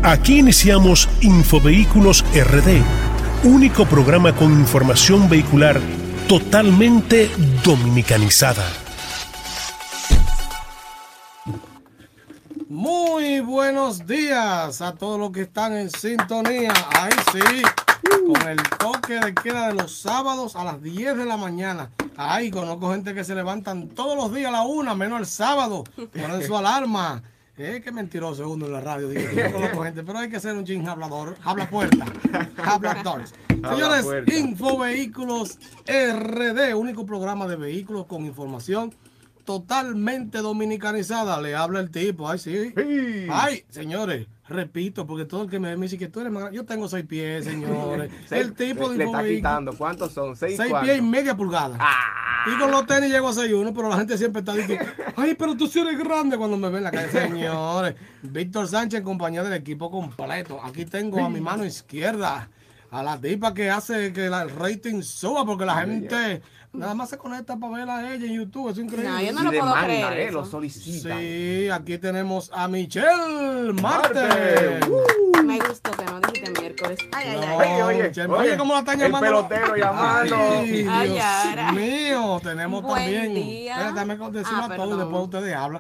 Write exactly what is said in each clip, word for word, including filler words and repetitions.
Aquí iniciamos Infovehículos R D, único programa con información vehicular totalmente dominicanizada. Muy buenos días a todos los que están en sintonía. Ahí sí, con el toque de queda de los sábados a las diez de la mañana. Ay, conozco gente que se levantan todos los días a la una, menos el sábado, ponen su alarma. Eh, qué mentiroso uno en la radio. Digo, yo conozco gente, pero hay que ser un chin hablador. Habla puerta. Habladores. Señores, Infovehículos R D, único programa de vehículos con información totalmente dominicanizada. Le habla el tipo. Ay, sí. sí. Ay, señores, repito, porque todo el que me ve me dice que tú eres más. Yo tengo seis pies, señores. seis, el tipo le, de le está quitando. ¿Cuántos son? Seis, seis pies y media pulgada. Ah. Y con los tenis llego a seis uno, pero la gente siempre está diciendo, ay, pero tú sí eres grande cuando me ven en la calle. Señores, Víctor Sánchez en compañía del equipo completo. Aquí tengo a mi mano izquierda a la tipa que hace que el rating suba, porque la gente nada más se conecta para verla a ella en YouTube. Es increíble. No, yo no lo puedo demanda, creer. Eh, lo solicita. Sí, aquí tenemos a Michelle Marte. Uh. Me gustó que no dijiste miércoles. Ay, ay, no, ay. Oye, oye, oye, ¿cómo la están llamando? El pelotero llamando. Ay, Ay, Dios ahora. mío, tenemos Buen también. día. Espérame con decirlo Ah, a todos y perdón. después ustedes hablan.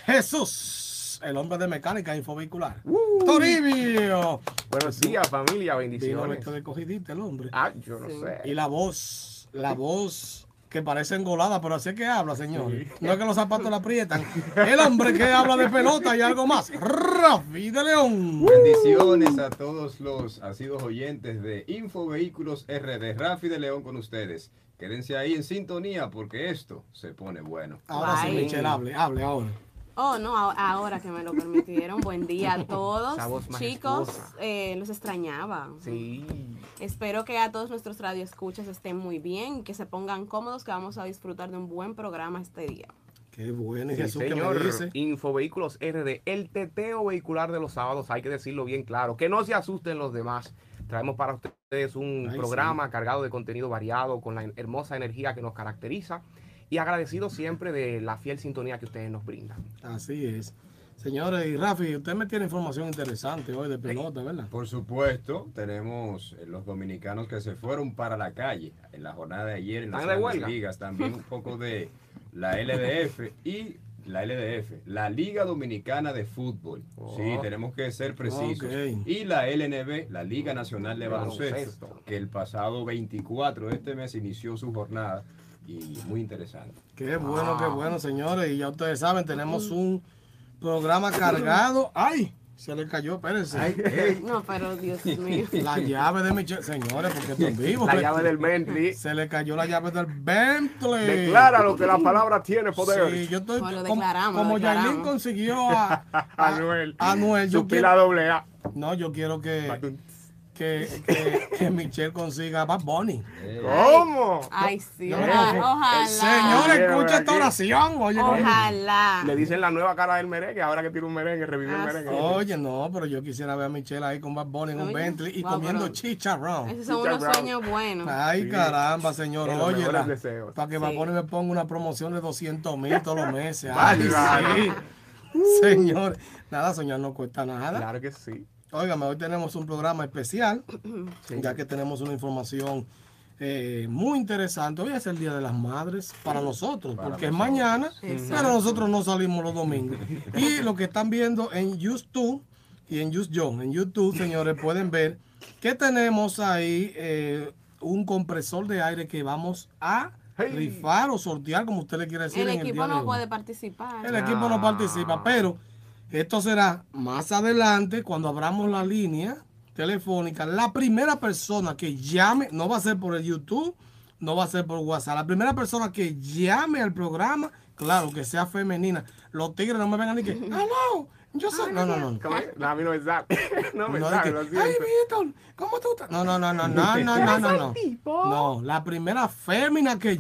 Jesús, el hombre de mecánica infovehicular. Uh. Toribio. Buenos días, familia, Vino bendiciones. esto de cogidita el hombre. Ah, yo no Sí. sé. Y la voz, la voz que parece engolada, pero así es que habla, señor. Sí. No es que los zapatos la aprietan. El hombre que habla de pelota y algo más. Rafi de León. Bendiciones a todos los asiduos oyentes de Infovehículos R D. Rafi de León con ustedes. Quédense ahí en sintonía porque esto se pone bueno. Ahora sí, Michelle, hable, hable ahora. Oh, no, ahora que me lo permitieron. Buen día a todos. Esa voz Chicos, majestuosa. eh, los extrañaba. Sí. Espero que a todos nuestros radioescuchas estén muy bien, que se pongan cómodos, que vamos a disfrutar de un buen programa este día. Qué bueno, y Sí, Jesús, señor, que me dice. Infovehículos R D, el teteo vehicular de los sábados, hay que decirlo bien claro, que no se asusten los demás. Traemos para ustedes un Ay, programa sí. cargado de contenido variado, con la hermosa energía que nos caracteriza y agradecido siempre de la fiel sintonía que ustedes nos brindan. Así es. Señores, y Rafi, usted me tiene información interesante hoy de pelota, ¿verdad? Por supuesto, tenemos los dominicanos que se fueron para la calle en la jornada de ayer en las ¿Están de grandes huelga? ligas. También un poco de la L D F y la L D F, la Liga Dominicana de Fútbol. Oh. Sí, tenemos que ser precisos. Okay. Y la L N B, la Liga Nacional de De Baloncesto, baloncesto. que el pasado veinticuatro de este mes inició su jornada y muy interesante. Qué bueno, qué bueno, señores. Y ya ustedes saben, tenemos un programa cargado. ¡Ay! Se le cayó, espérense. Ay, hey. No, pero Dios mío. La llave de Michelle. Señores, porque esto es vivo. La llave del Bentley. Se le cayó la llave del Bentley. Declara lo que la palabra tiene poder. Sí, yo estoy. Pues lo como declaramos, como lo declaramos. Yailin consiguió a, a, Anuel. a Anuel, Su yo pila quiero. doble A. No, yo quiero que. Que, que, que Michelle consiga a Bad Bunny. ¿Cómo? Ay, sí. Yo me Ojalá. confundo. Ojalá. Señores, Mira, escucha esta aquí. oración. Oye, cómo- Ojalá. Le dicen la nueva cara del merengue, ahora que tiene un merengue, revivió Ah, el merengue. Oye, no, pero yo quisiera ver a Michelle ahí con Bad Bunny en un Oye, Bentley y wow, comiendo pero- chicharrón. Esos son Chicha unos Brown. sueños buenos. Ay, Sí. caramba, señor. En los Oye, mejores la- deseos. para que Bad Sí. Bunny me ponga una promoción de doscientos mil todos los meses. Vale, Ay, vale. sí. Señor, nada, soñar no cuesta nada. Claro que sí. Óigame, hoy tenemos un programa especial, Sí. ya que tenemos una información eh, muy interesante. Hoy es el Día de las Madres para nosotros, Para porque es nosotros. mañana, Exacto. pero nosotros no salimos los domingos. Y lo que están viendo en YouTube y en YouShow, en YouTube, señores, pueden ver que tenemos ahí eh, un compresor de aire que vamos a Hey. rifar o sortear, como usted le quiere decir. El en el equipo día de no hoy. puede participar. El equipo no participa, pero esto será más adelante cuando abramos la línea telefónica. La primera persona que llame, no va a ser por el YouTube, no va a ser por WhatsApp. La primera persona que llame al programa, claro, que sea femenina. Los tigres no me vengan ni que, ¡aló! Yo soy. No, no, no. ¿Cómo es? No, a mí no me sabe. No me No, sabe, de lo que, siento. ¡ay, Víctor! ¿Cómo tú estás? No, no, no, no, no, no, no, no, no. No, la primera fémina que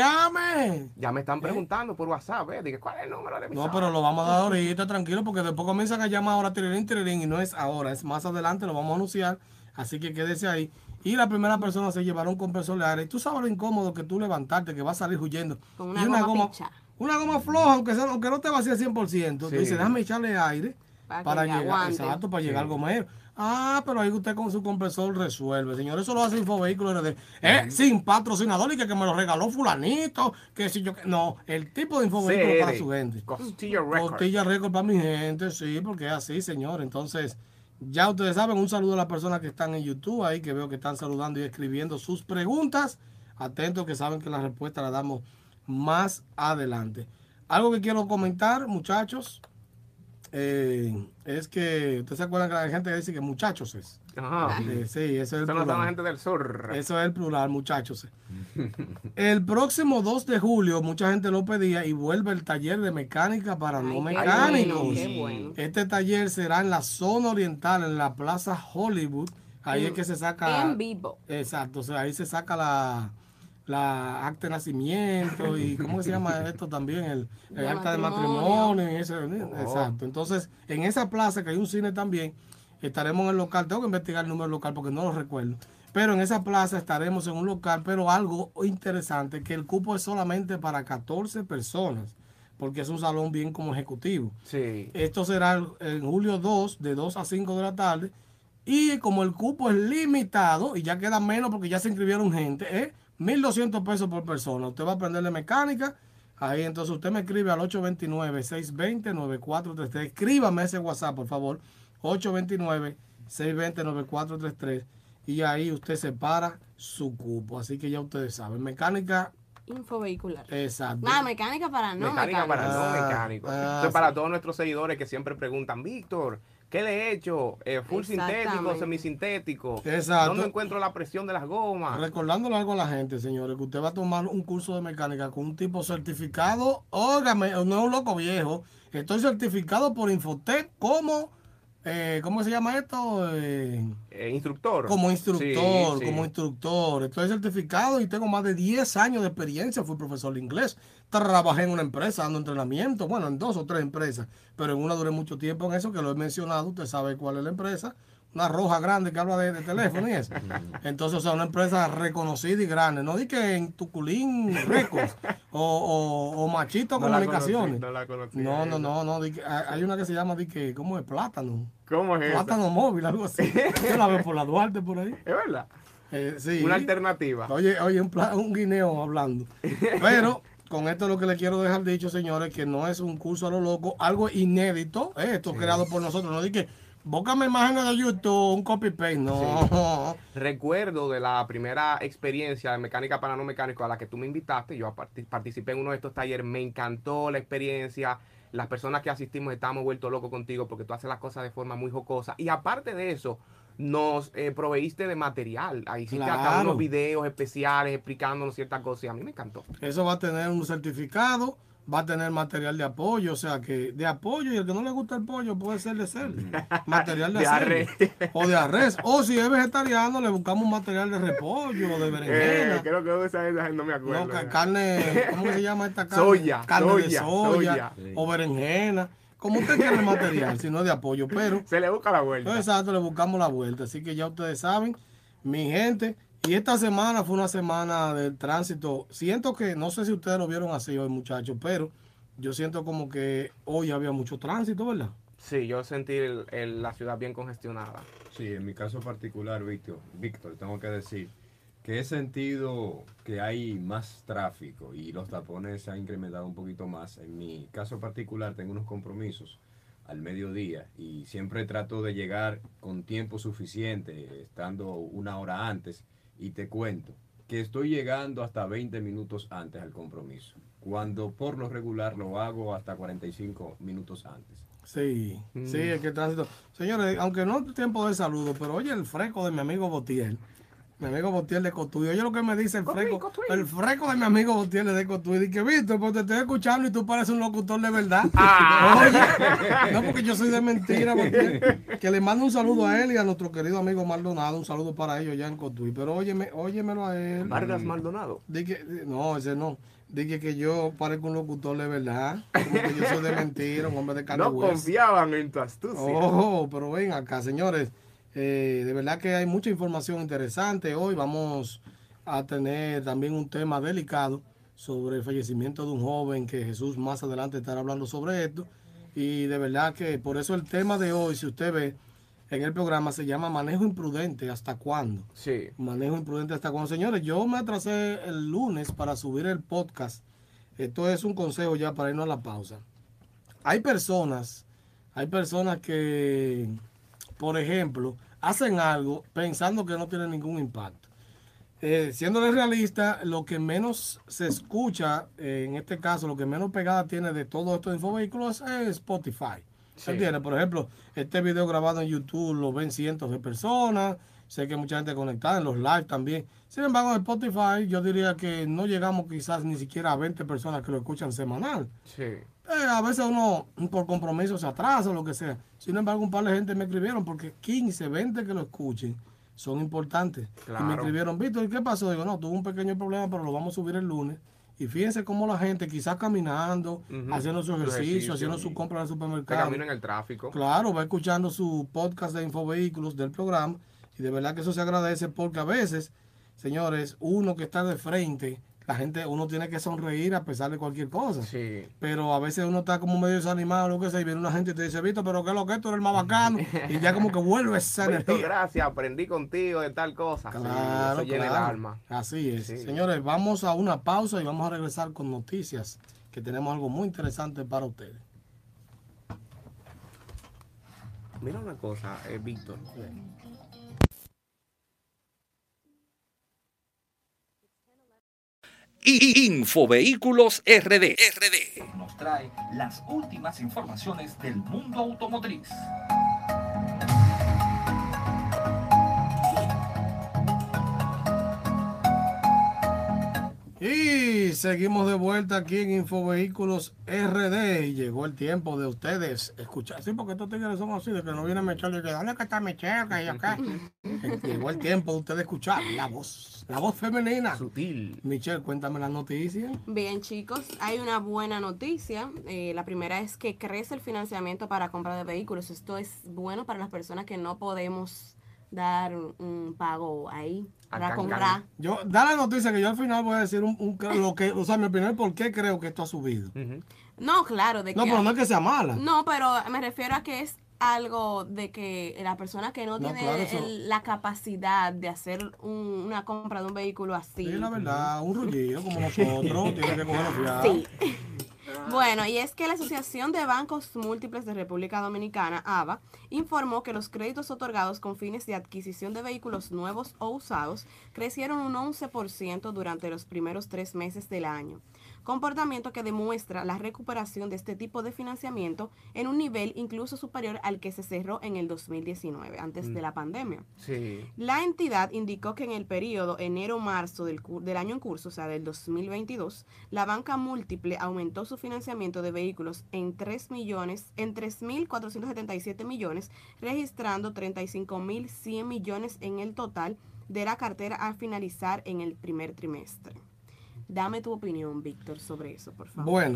llame. Ya me están preguntando por WhatsApp, ¿eh? Dije, ¿cuál es el número de mi No, pero lo vamos a dar ahorita, tranquilo, porque después comienzan a llamar ahora, tirirín, tirirín, y no es ahora, es más adelante, lo vamos a anunciar, así que quédese ahí. Y la primera persona se llevará un compresor de aire. Tú sabes lo incómodo que tú levantarte, que vas a salir huyendo. Con una y goma picha. Una goma floja, aunque, sea, aunque no te vacíe al cien por ciento. Sí. Tú dices, déjame echarle aire Para, para que llegar, aguante. exacto, para Sí. llegar al gomero. Ah, pero ahí usted con su compresor resuelve, señor. Eso lo hace Infovehículos R D. Eh, sin patrocinador y que, que me lo regaló fulanito, que si yo... que- No, el tipo de Infovehículos para su gente. Costilla Records. Costilla récord para mi gente, sí, porque es así, señor. Entonces, ya ustedes saben, un saludo a las personas que están en YouTube ahí, que veo que están saludando y escribiendo sus preguntas. Atentos, que saben que la respuesta la damos más adelante. Algo que quiero comentar, muchachos, eh, es que ustedes se acuerdan que la gente dice que muchachos es. Ajá. Eh, sí, ese es el Eso no son la plural. gente del sur. Eso es el plural, muchachos. El próximo dos de julio, mucha gente lo pedía y vuelve el taller de mecánica para Ay, no qué mecánicos. bueno, qué bueno. Este taller será en la zona oriental, en la Plaza Hollywood. Ahí En- es que se saca. En vivo. Exacto, o sea, ahí se saca la, la acta de nacimiento y ¿cómo que se llama esto también? El, el De acta de matrimonio. matrimonio. Y eso, exacto. Entonces, en esa plaza que hay un cine también, estaremos en el local. Tengo que investigar el número del local porque no lo recuerdo. Pero en esa plaza estaremos en un local, pero algo interesante, que el cupo es solamente para catorce personas, porque es un salón bien como ejecutivo. Sí. Esto será en julio dos, de dos a cinco de la tarde. Y como el cupo es limitado, y ya queda menos porque ya se inscribieron gente, ¿eh? mil doscientos pesos por persona. Usted va a aprender de mecánica. Ahí entonces usted me escribe al ocho dos nueve, seis dos cero, nueve cuatro tres tres. Escríbame ese WhatsApp, por favor. ocho dos nueve, seis dos cero, nueve cuatro tres tres. Y ahí usted separa su cupo. Así que ya ustedes saben. Mecánica, Infovehicular. exacto. Nada, mecánica para no Mecánica para mecánicos. no Ah, mecánicos. ah, Entonces, sí. para todos nuestros seguidores que siempre preguntan, Víctor, ¿qué le he hecho? Eh, ¿Full sintético, Exactamente. semisintético? Exacto. ¿Dónde encuentro la presión de las gomas? Recordándole algo a la gente, señores, que usted va a tomar un curso de mecánica con un tipo certificado. Óigame, no es un loco viejo. Estoy certificado por Infotec como, eh, ¿cómo se llama esto? Eh, Eh, instructor. como instructor, Sí, sí. como instructor. Estoy certificado y tengo más de diez años de experiencia. Fui profesor de inglés. Trabajé en una empresa dando entrenamiento, bueno, en dos o tres empresas, pero en una duré mucho tiempo en eso, que lo he mencionado. Usted sabe cuál es la empresa. Una roja grande que habla de, de teléfono y eso. Entonces, o sea, una empresa reconocida y grande. No di que en Tuculín Records o, o, o Machito No la Comunicaciones. conocí, no la conocí. No, no, no, no. di que- hay hay una que se llama, di que, ¿cómo es? Plátano. ¿Cómo es eso? Plátano móvil, algo así. Yo la veo por la Duarte por ahí. Es verdad. Eh, sí. Una alternativa. Oye, oye, un, pla- un guineo hablando. Pero con esto lo que le quiero dejar dicho, señores, que no es un curso a lo loco, algo inédito, eh, esto creado por nosotros. No di que, búscame imágenes de YouTube, un copy-paste. No. Recuerdo de la primera experiencia de mecánica para no mecánicos a la que tú me invitaste. Yo parti- participé en uno de estos talleres. Me encantó la experiencia. Las personas que asistimos estábamos vueltos locos contigo porque tú haces las cosas de forma muy jocosa. Y aparte de eso, nos eh, proveíste de material. Ahí hiciste hasta Claro. unos videos especiales explicándonos ciertas cosas. Y a mí me encantó. Eso va a tener un certificado, va a tener material de apoyo, o sea que de apoyo, y el que no le gusta el pollo puede ser de cerdo. Material de, De cerdo. arre. O de arroz. O si es vegetariano, le buscamos un material de repollo o de Eh, berenjena. creo que esa, esa no me acuerdo. No, ca- carne, ¿cómo se llama esta carne? Soya, Carne de soya, soya, soya. o berenjena. Como usted quiere el material, si no es de apoyo, pero Se le busca la vuelta. no, exacto, le buscamos la vuelta. Así que ya ustedes saben, mi gente. Y esta semana fue una semana del tránsito. Siento que, no sé si ustedes lo vieron así hoy, muchachos, pero yo siento como que hoy había mucho tránsito, ¿verdad? Sí, yo sentí el- el- la ciudad bien congestionada. Sí, en mi caso particular, Víctor, Víctor, tengo que decir que he sentido que hay más tráfico y los tapones se han incrementado un poquito más. En mi caso particular tengo unos compromisos al mediodía y siempre trato de llegar con tiempo suficiente, estando una hora antes, y te cuento que estoy llegando hasta veinte minutos antes al compromiso, cuando por lo regular lo hago hasta cuarenta y cinco minutos antes. Sí, Mm. sí, es que el tránsito. Señores, aunque no es tiempo de saludo, pero oye el freco de mi amigo Botiel. Mi amigo Botiel de Cotuí. Oye lo que me dice el Cotuí, freco. Cotuí. El freco de mi amigo Botiel de Cotuí. Dice que Víctor, pues te estoy escuchando y tú pareces un locutor de verdad. Ah. Oye, no porque yo soy de mentira, Botiel. Que le mando un saludo a él y a nuestro querido amigo Maldonado. Un saludo para ellos ya en Cotuí. Pero óyeme, óyemelo a él. Vargas Maldonado. Di que, no, ese no. Dije que yo parezco un locutor de verdad. Como que yo soy de mentira, un hombre de carne y No hueso. confiaban en tu astucia. Oh, pero ven acá, señores. Eh, de verdad que hay mucha información interesante. Hoy vamos a tener también un tema delicado sobre el fallecimiento de un joven que Jesús más adelante estará hablando sobre esto. Y de verdad que por eso el tema de hoy, si usted ve en el programa, se llama Manejo Imprudente, ¿hasta cuándo? Sí. Manejo Imprudente, ¿hasta cuándo? Señores, yo me atrasé el lunes para subir el podcast. Esto es un consejo ya para irnos a la pausa. Hay personas, hay personas que, por ejemplo, hacen algo pensando que no tiene ningún impacto. Eh, siéndole realista, lo que menos se escucha, eh, en este caso, lo que menos pegada tiene de todo esto de infovehículos es Spotify. Sí. ¿Entiendes? Por ejemplo, este video grabado en YouTube lo ven cientos de personas. Sé que hay mucha gente conectada en los live también. Sin embargo, en Spotify yo diría que no llegamos quizás ni siquiera a veinte personas que lo escuchan semanal. Sí. Eh, a veces uno por compromiso se atrasa o lo que sea. Sin embargo, un par de gente me escribieron porque quince, veinte que lo escuchen son importantes. Claro. Y me escribieron, Víctor, ¿qué pasó? Digo, no, tuve un pequeño problema, pero lo vamos a subir el lunes. Y fíjense cómo la gente, quizás caminando, Ujú. haciendo su Su ejercicio, ejercicio. haciendo su compra en el De supermercado. camino en el tráfico. Claro, va escuchando su podcast de infovehículos del programa. Y de verdad que eso se agradece porque a veces, señores, uno que está de frente, la gente, uno tiene que sonreír a pesar de cualquier cosa. Sí. Pero a veces uno está como medio desanimado, lo que sea, y viene una gente y te dice, Víctor, pero qué es lo que tú eres el más bacano. Y ya como que vuelve esa Víctor, energía. gracias, aprendí contigo de tal cosa. Sí, Claro, eso llena el claro. alma. Así es. Sí. Señores, vamos a una pausa y vamos a regresar con noticias, que tenemos algo muy interesante para ustedes. Mira una cosa, eh, Víctor. Infovehículos R D. R D nos trae las últimas informaciones del mundo automotriz. Y seguimos de vuelta aquí en Infovehículos R D y llegó el tiempo de ustedes escuchar. Sí, porque estos tigres son así, de que no viene a mechar y que dale que está mechar, que acá. Llegó el tiempo de ustedes escuchar la voz, la voz femenina. Sutil. Michelle, cuéntame las noticias. Bien, chicos, hay una buena noticia. Eh, la primera es que crece el financiamiento para compra de vehículos. Esto es bueno para las personas que no podemos dar un, un pago ahí para Acá, comprar. acá. Yo, da la noticia que yo al final voy a decir un, un- lo que, o sea, mi opinión por qué creo que esto ha subido. Ujú. No, claro, de No, que pero no es que sea mala. no, pero me refiero a que es algo de que la persona que no, No, tiene claro, eso- el- la capacidad de hacer un- una compra de un vehículo así. Sí, la verdad, un rullillo como nosotros, tiene que cogerlo fiado. Sí. Bueno, y es que la Asociación de Bancos Múltiples de República Dominicana, A B A, informó que los créditos otorgados con fines de adquisición de vehículos nuevos o usados crecieron un once por ciento durante los primeros tres meses del año, comportamiento que demuestra la recuperación de este tipo de financiamiento en un nivel incluso superior al que se cerró en el dos mil diecinueve, antes Mm. de la pandemia. Sí. La entidad indicó que en el periodo enero-marzo del, cu- del año en curso, o sea, del dos mil veintidós, la banca múltiple aumentó su financiamiento de vehículos en tres millones, en tres mil cuatrocientos setenta y siete millones, registrando treinta y cinco mil cien millones en el total de la cartera al finalizar en el primer trimestre. Dame tu opinión, Víctor, sobre eso, por favor. Bueno,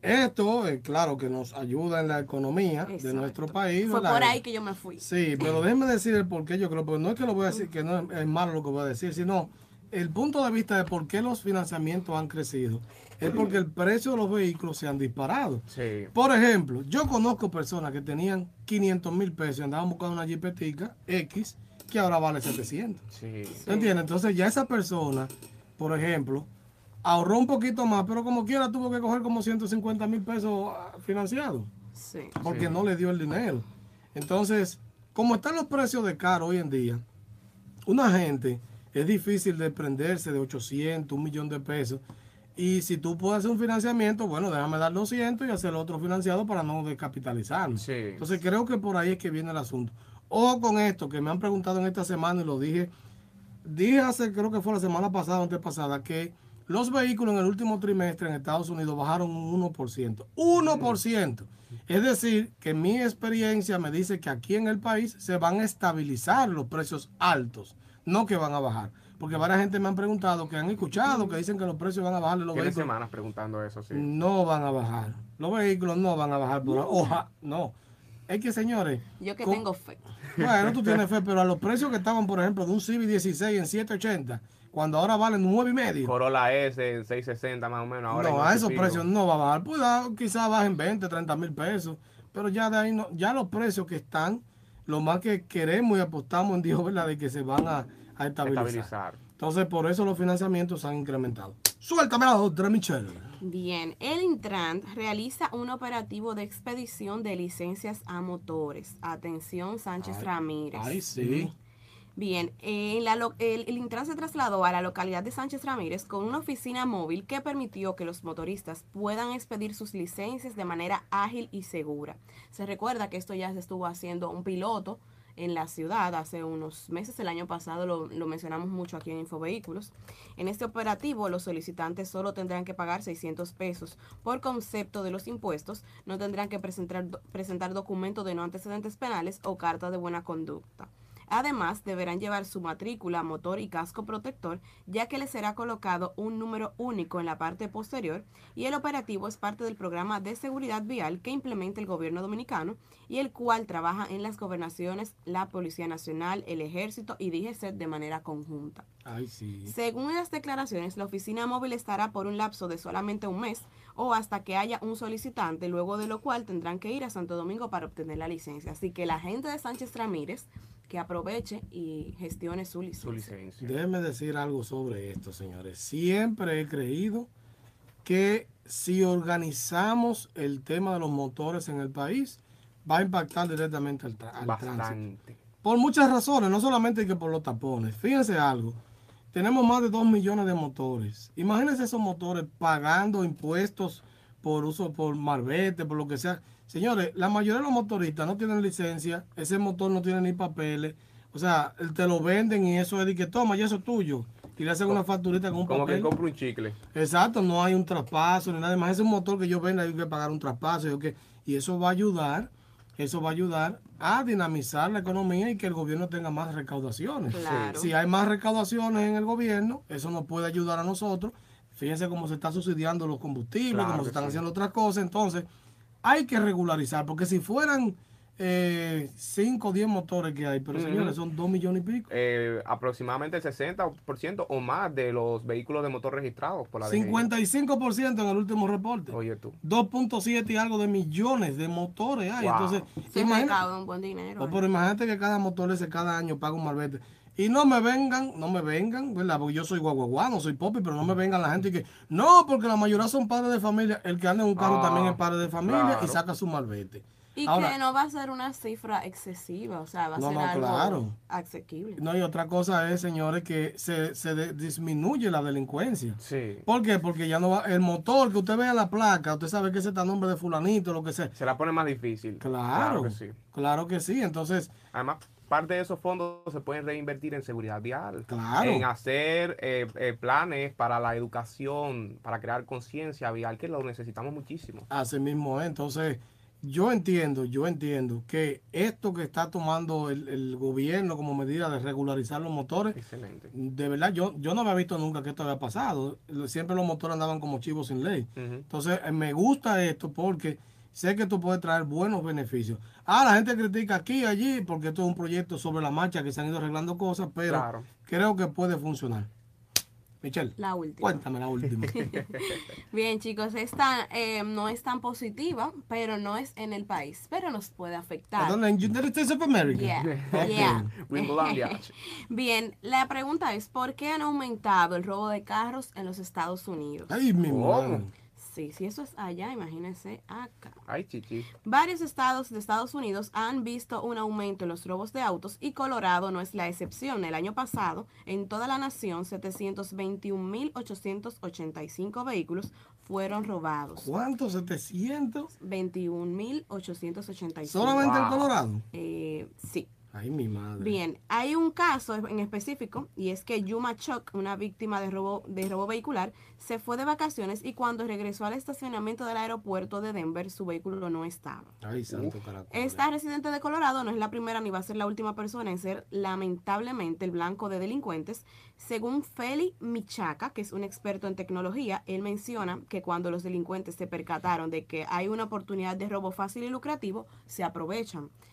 esto, eh, claro, que nos ayuda en la economía de Exacto. nuestro país. Fue ¿verdad? por ahí que yo me fui. Sí, pero déjeme decir el por qué yo creo, porque no es que lo voy a decir, que no es, es malo lo que voy a decir, sino el punto de vista de por qué los financiamientos han crecido. Es porque el precio de los vehículos se han disparado. Sí. Por ejemplo, yo conozco personas que tenían quinientos mil pesos y andaban buscando una jipetica X que ahora vale setecientos. Sí. ¿Te entiendes? Entonces ya esa persona, por ejemplo, ahorró un poquito más, pero como quiera tuvo que coger como ciento cincuenta mil pesos ah, financiados, Sí. porque Sí. no le dio el dinero. Entonces, como están los precios de caro hoy en día, una gente es difícil desprenderse de ochocientos, un millón de pesos. Y si tú puedes hacer un financiamiento, bueno, déjame dar doscientos y hacer otro financiado para no descapitalizarlo. Sí. Entonces creo que por ahí es que viene el asunto. Ojo con esto, que me han preguntado en esta semana y lo dije, dije hace, creo que fue la semana pasada o antepasada, que los vehículos en el último trimestre en Estados Unidos bajaron un uno por ciento. uno por ciento. Es decir, que mi experiencia me dice que aquí en el país se van a estabilizar los precios altos, no que van a bajar. Porque varias gente me han preguntado, que han escuchado, que dicen que los precios van a bajar de los Tiene vehículos. semanas preguntando eso, sí. No van a bajar. Los vehículos no van a bajar. Por Oja, no. Es que, señores, Yo que con- tengo fe. bueno, tú tienes fe, pero a los precios que estaban, por ejemplo, de un Civic dieciséis en setecientos ochenta, cuando ahora valen nueve y medio. Corolla S en seiscientos sesenta más o menos. Ahora No, en a ocho y esos pico. precios no va a bajar. Pues ah, quizás bajen veinte, treinta mil pesos. pero ya de ahí no, ya los precios que están, lo más que queremos y apostamos en Dios, ¿verdad? De que se van a, a estabilizar. Estabilizar. Entonces, por eso los financiamientos se han incrementado. Suéltame la otra, Michelle. Bien, el Intran realiza un operativo de expedición de licencias a motores. Atención, Sánchez Ay, Ramírez. Ay, sí. Bien, en la lo- el, el Intran se trasladó a la localidad de Sánchez Ramírez con una oficina móvil que permitió que los motoristas puedan expedir sus licencias de manera ágil y segura. Se recuerda que esto ya se estuvo haciendo un piloto en la ciudad hace unos meses, el año pasado lo, lo mencionamos mucho aquí en Infovehículos. En este operativo los solicitantes solo tendrán que pagar seiscientos pesos por concepto de los impuestos, no tendrán que presentar, presentar documento de no antecedentes penales o carta de buena conducta. Además, deberán llevar su matrícula, motor y casco protector, ya que les será colocado un número único en la parte posterior, y el operativo es parte del programa de seguridad vial que implementa el gobierno dominicano y el cual trabaja en las gobernaciones, la Policía Nacional, el Ejército y D G C E T de manera conjunta. Ay, sí. Según las declaraciones, la oficina móvil estará por un lapso de solamente un mes o hasta que haya un solicitante, luego de lo cual tendrán que ir a Santo Domingo para obtener la licencia. Así que la gente de Sánchez Ramírez que aproveche y gestione su licencia. Su licencia. Déjenme decir algo sobre esto, señores. Siempre he creído que si organizamos el tema de los motores en el país, va a impactar directamente al, tra- al tránsito. Bastante. Por muchas razones, no solamente que por los tapones. Fíjense algo, tenemos más de dos millones de motores. Imagínense esos motores pagando impuestos por uso, por marbete, por lo que sea. Señores, la mayoría de los motoristas no tienen licencia, ese motor no tiene ni papeles. O sea, te lo venden y eso es de que toma, y eso es tuyo. Y le hacen una facturita con un Como papel. que compro un chicle. Exacto, no hay un traspaso ni nada más. Ese motor que yo venda hay que pagar un traspaso. Y, okay, y eso va a ayudar, eso va a ayudar a dinamizar la economía y que el gobierno tenga más recaudaciones. Claro. Si hay más recaudaciones en el gobierno, eso nos puede ayudar a nosotros. Fíjense cómo se están subsidiando los combustibles, Claro cómo que se están sí. haciendo otras cosas. Entonces, hay que regularizar, porque si fueran eh, cinco o diez motores que hay, pero Ujú. señores, son dos millones y pico. Eh, aproximadamente el sesenta por ciento o más de los vehículos de motor registrados por la D G I. cincuenta y cinco por ciento en el último reporte. Oye tú. dos punto siete y algo de millones de motores hay. Wow. Entonces, Se imagina- recauda un buen dinero. oh, ¿eh? pero imagínate que cada motor ese cada año paga un malvete. Y no me vengan, no me vengan, ¿verdad? Porque yo soy guaguaguá, no soy popi, pero no me vengan la gente y que, no, porque la mayoría son padres de familia. El que anda en un carro Ah, también es padre de familia claro. y saca su malvete. Y Ahora- que no va a ser una cifra excesiva, o sea, va a No, ser no, algo claro. asequible. No, y otra cosa es, señores, que se, se de- disminuye la delincuencia. Sí. ¿Por qué? Porque ya no va, el motor que usted vea en la placa, usted sabe que ese está a nombre de fulanito, lo que sea. Se la pone más difícil. Claro, que sí. claro que sí. Entonces, Además, parte de esos fondos se pueden reinvertir en seguridad vial. Claro. En hacer eh, eh, planes para la educación, para crear conciencia vial, que lo necesitamos muchísimo. así mismo es. Entonces, yo entiendo, yo entiendo que esto que está tomando el, el gobierno como medida de regularizar los motores, Excelente. de verdad, yo, yo no había visto nunca que esto había pasado. Siempre los motores andaban como chivos sin ley. Ujú. Entonces, eh, me gusta esto porque sé que esto puede traer buenos beneficios. Ah, la gente critica aquí y allí porque esto es un proyecto sobre la marcha que se han ido arreglando cosas, pero Claro. creo que puede funcionar. Michelle, La última. cuéntame la última. Bien, chicos, esta eh, no es tan positiva, pero no es en el país, pero nos puede afectar. ¿Dónde? ¿En United States of America? Yeah, Ok. yeah. Wimbledon. Bien, la pregunta es, ¿por qué han aumentado el robo de carros en los Estados Unidos? Ay, mi ¿Cómo? madre. Sí, si eso es allá, imagínense acá. Ay, chichi. Varios estados de Estados Unidos han visto un aumento en los robos de autos y Colorado no es la excepción. El año pasado, en toda la nación, setecientos veintiún mil ochocientos ochenta y cinco vehículos fueron robados. ¿Cuántos? ¿setecientos? veintiún mil ochocientos ochenta y cinco. ¿Solamente en Wow. Colorado? Eh, sí. Ay, mi madre. Bien, hay un caso en específico y es que Yuma Chuck, una víctima de robo, de robo vehicular, se fue de vacaciones y cuando regresó al estacionamiento del aeropuerto de Denver, su vehículo no estaba. Ay, santo caracol. Esta residente de Colorado no es la primera ni va a ser la última persona en ser lamentablemente el blanco de delincuentes. Según Feli Michaca, que es un experto en tecnología, él menciona que cuando los delincuentes se percataron de que hay una oportunidad de robo fácil y lucrativo, se aprovechan.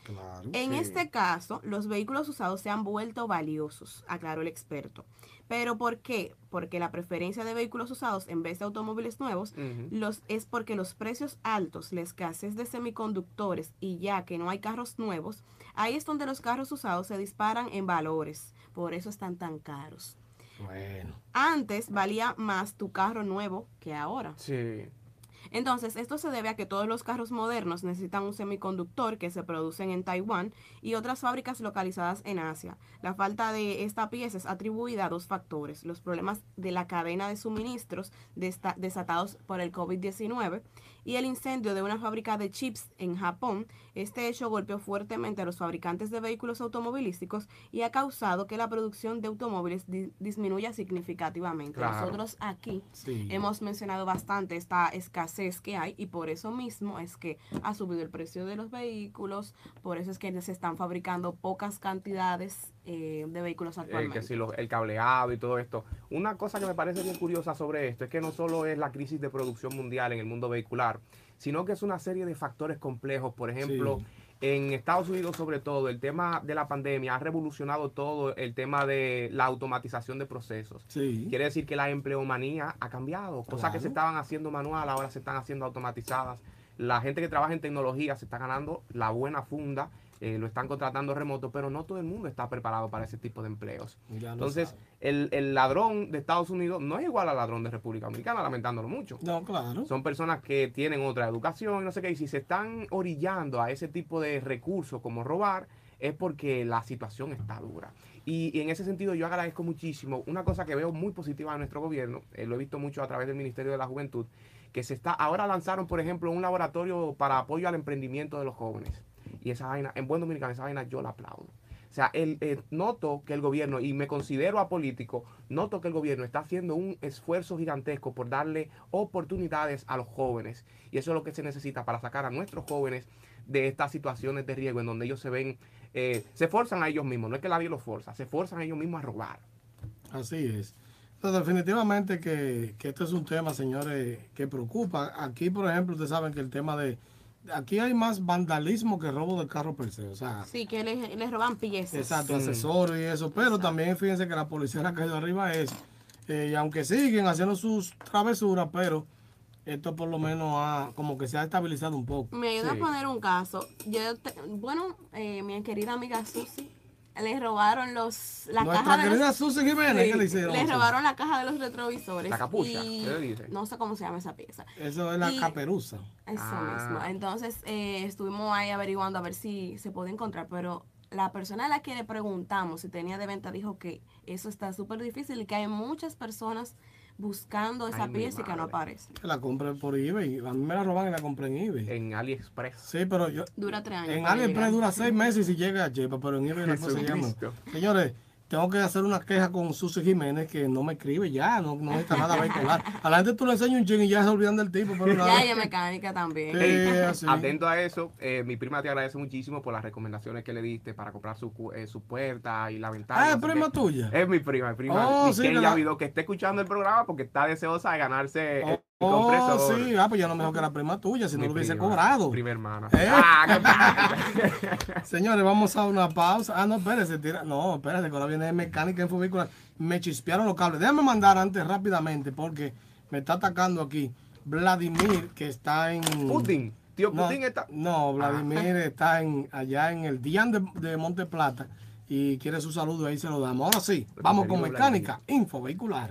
Claro. En Sí. este caso, los vehículos usados se han vuelto valiosos, aclaró el experto. ¿Pero por qué? Porque la preferencia de vehículos usados en vez de automóviles nuevos Ujú. los, es porque los precios altos, la escasez de semiconductores y ya que no hay carros nuevos, ahí es donde los carros usados se disparan en valores. Por eso están tan caros. Bueno. Antes valía más tu carro nuevo que ahora. Sí. Entonces, esto se debe a que todos los carros modernos necesitan un semiconductor que se producen en Taiwán y otras fábricas localizadas en Asia. La falta de esta pieza es atribuida a dos factores: los problemas de la cadena de suministros desta- desatados por el COVID diecinueve y el incendio de una fábrica de chips en Japón. Este hecho golpeó fuertemente a los fabricantes de vehículos automovilísticos y ha causado que la producción de automóviles di- disminuya significativamente. Claro. Nosotros aquí Sí. hemos mencionado bastante esta escasez que hay y por eso mismo es que ha subido el precio de los vehículos, por eso es que se están fabricando pocas cantidades eh, de vehículos Eh, actualmente. que si lo- el cableado y todo esto. Una cosa que me parece bien curiosa sobre esto es que no solo es la crisis de producción mundial en el mundo vehicular, sino que es una serie de factores complejos. Por ejemplo, Sí. en Estados Unidos sobre todo, el tema de la pandemia ha revolucionado todo el tema de la automatización de procesos. Sí. Quiere decir que la empleomanía ha cambiado. Cosas que Claro. se estaban haciendo manual ahora se están haciendo automatizadas. La gente que trabaja en tecnología se está ganando la buena funda, eh, lo están contratando remoto, pero no todo el mundo está preparado para ese tipo de empleos. Ya lo Entonces, sabe. el, el ladrón de Estados Unidos no es igual al ladrón de República Dominicana, lamentándolo mucho. No, claro. Son personas que tienen otra educación y no sé qué, y si se están orillando a ese tipo de recursos como robar, es porque la situación está dura. Y, y en ese sentido yo agradezco muchísimo una cosa que veo muy positiva de nuestro gobierno, eh, lo he visto mucho a través del Ministerio de la Juventud, que se está, ahora lanzaron, por ejemplo, un laboratorio para apoyo al emprendimiento de los jóvenes. Y esa vaina, en buen dominicano, esa vaina yo la aplaudo. O sea, el, el- noto que el gobierno, y me considero apolítico, noto que el gobierno está haciendo un esfuerzo gigantesco por darle oportunidades a los jóvenes. Y eso es lo que se necesita para sacar a nuestros jóvenes de estas situaciones de riesgo en donde ellos se ven, eh, se forzan a ellos mismos, no es que nadie los forza, se forzan a ellos mismos a robar. Así es. Entonces, definitivamente que, que este es un tema, señores, que preocupa. Aquí, por ejemplo, ustedes saben que el tema de... Aquí hay más vandalismo que robo de carro per se. O sea, Sí, que les, les roban piezas. exacto, Mm. accesorios y eso. Pero Exacto. también fíjense que la policía le ha caído arriba a eso. Eh, y aunque siguen haciendo sus travesuras, pero esto por lo menos ha, como que se ha estabilizado un poco. Me ayuda Sí. a poner un caso. Yo te- bueno, eh, mi querida amiga Susi, le robaron los la Nuestra caja de querida los, Susi Jiménez, Sí, ¿qué le hicieron? le Susi? robaron la caja de los retrovisores. La capucha, y ¿qué le dice? no sé cómo se llama esa pieza. Eso es la Y- caperuza. Eso Ah. mismo. Entonces eh, estuvimos ahí averiguando a ver si se puede encontrar, pero la persona a la que le preguntamos si tenía de venta dijo que eso está súper difícil y que hay muchas personas buscando esa Ay, mi pieza y que no madre. aparece. Que la compré por eBay. A mí me la roban y la compré en eBay. En AliExpress. Sí, pero yo... Dura tres años. En para AliExpress llegar. dura seis meses y si llega a Chepa, pero en eBay la cosa llama. Jesucristo. Señores, tengo que hacer una queja con Susi Jiménez que no me escribe ya, no, no necesita nada vehicular. A la gente tú le enseñas un ching y ya se olvidan del tipo, pero Ya nada. ella es mecánica también. Sí, Hey, así. atento a eso, eh, mi prima te agradece muchísimo por las recomendaciones que le diste para comprar su, cu- eh, su puerta y la ventana. Ah, no es sé prima qué. tuya. Es mi prima, mi prima. Oh, mi sí, Kenya ¿verdad? Vidó, que está escuchando el programa porque está deseosa de ganarse el Oh, compresor. sí, ah, pues ya no me dijo que era prima tuya, si no Mi lo hubiese prima, cobrado. Prima hermana. Eh. Ah, qué- Señores, vamos a una pausa. Ah, no, espérese, tira. No, espérese, que ahora viene mecánica infovehicular. Me chispearon los cables. Déjame mandar antes rápidamente porque me está atacando aquí Vladimir, que está en. Putin. Tío No, Putin está. no, Vladimir está en, allá en el Dian de, de Monte Plata y quiere su saludo y ahí se lo damos. Ahora sí, vamos con Querido mecánica infovehicular.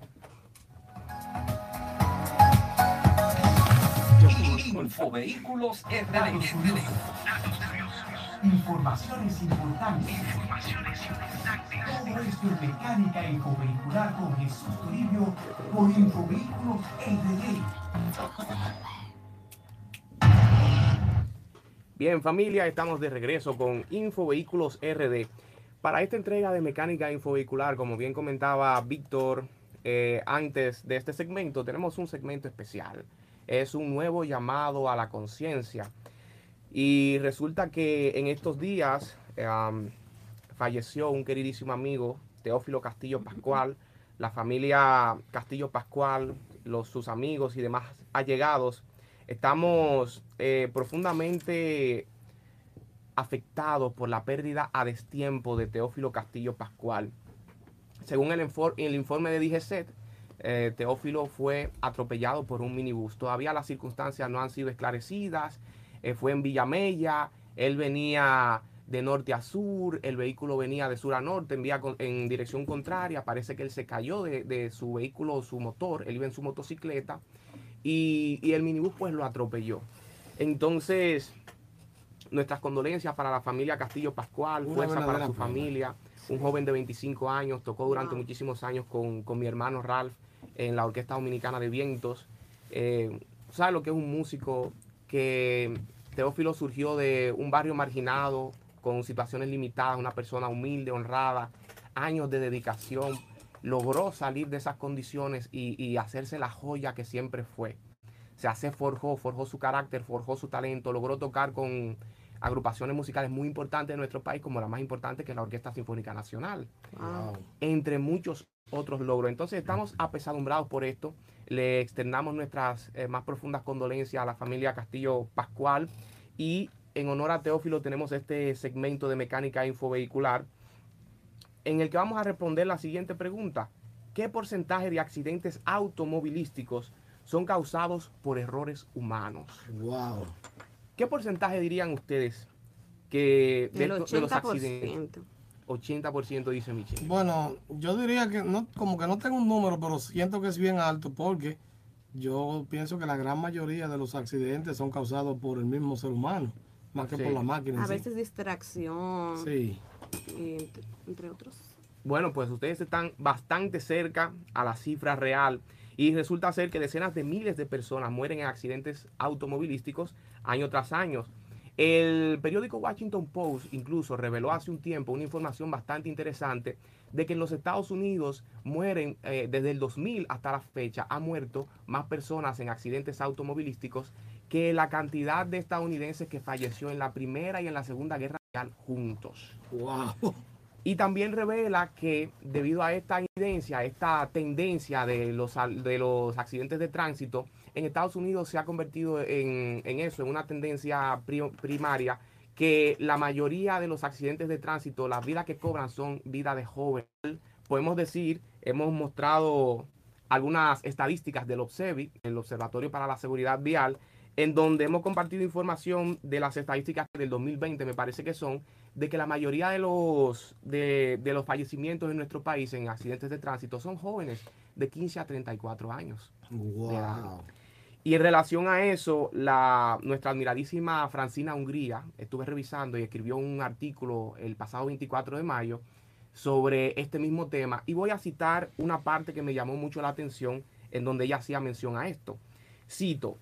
Infovehículos R D. Informaciones importantes. Todo esto en mecánica infovehicular con Jesús Toribio por Infovehículos R D. Bien, familia, estamos de regreso con Infovehículos R D. Para esta entrega de mecánica infovehicular, como bien comentaba Víctor, eh, antes de este segmento, tenemos un segmento especial. Es un nuevo llamado a la conciencia. Y resulta que en estos días eh, um, falleció un queridísimo amigo, Teófilo Castillo Pascual. La familia Castillo Pascual, los, sus amigos y demás allegados, estamos eh, profundamente afectados por la pérdida a destiempo de Teófilo Castillo Pascual. Según el, el informe de D G C E T, eh, Teófilo fue atropellado por un minibús. Todavía las circunstancias no han sido esclarecidas. Eh, fue en Villamella, él venía de norte a sur, el vehículo venía de sur a norte, en, vía, en dirección contraria. Parece que él se cayó de, de su vehículo, su motor, él iba en su motocicleta y, y el minibús pues lo atropelló. Entonces, nuestras condolencias para la familia Castillo Pascual, fuerza para su familia. Un joven de veinticinco años, tocó durante wow. muchísimos años con, con mi hermano Ralph en la Orquesta Dominicana de Vientos. Eh, ¿Sabes lo que es un músico? Que Teófilo surgió de un barrio marginado, con situaciones limitadas, una persona humilde, honrada, años de dedicación, logró salir de esas condiciones y, y hacerse la joya que siempre fue. O sea, se forjó, forjó su carácter, forjó su talento, logró tocar con agrupaciones musicales muy importantes de nuestro país, como la más importante, que es la Orquesta Sinfónica Nacional, wow. entre muchos otros logros. Entonces estamos apesadumbrados por esto. Le externamos nuestras eh, más profundas condolencias a la familia Castillo Pascual y en honor a Teófilo tenemos este segmento de mecánica infovehicular en el que vamos a responder la siguiente pregunta: ¿qué porcentaje de accidentes automovilísticos son causados por errores humanos? Wow. ¿Qué porcentaje dirían ustedes que de, El esto, de los accidentes? ochenta por ciento dice Michelle. Bueno, yo diría que no, como que no tengo un número, pero siento que es bien alto porque yo pienso que la gran mayoría de los accidentes son causados por el mismo ser humano, más que sí. por la máquina. A sí. veces distracción. Sí. Y, entre otros. Bueno, pues ustedes están bastante cerca a la cifra real. Y resulta ser que decenas de miles de personas mueren en accidentes automovilísticos año tras año. El periódico Washington Post incluso reveló hace un tiempo una información bastante interesante de que en los Estados Unidos mueren, eh, desde el dos mil hasta la fecha, ha muerto más personas en accidentes automovilísticos que la cantidad de estadounidenses que falleció en la Primera y en la Segunda Guerra Mundial juntos. ¡Wow! Y también revela que debido a esta evidencia, esta tendencia de los, de los accidentes de tránsito, en Estados Unidos se ha convertido en, en eso, en una tendencia primaria, que la mayoría de los accidentes de tránsito, las vidas que cobran son vidas de jóvenes. Podemos decir, hemos mostrado algunas estadísticas del OBSEVI, el Observatorio para la Seguridad Vial, en donde hemos compartido información de las estadísticas del dos mil veinte, me parece que son, de que la mayoría de los, de, de los fallecimientos en nuestro país en accidentes de tránsito son jóvenes de quince a treinta y cuatro años. Wow. Y en relación a eso, la, nuestra admiradísima Francina Hungría, estuve revisando y escribió un artículo el pasado veinticuatro de mayo sobre este mismo tema, y voy a citar una parte que me llamó mucho la atención en donde ella hacía mención a esto. Cito: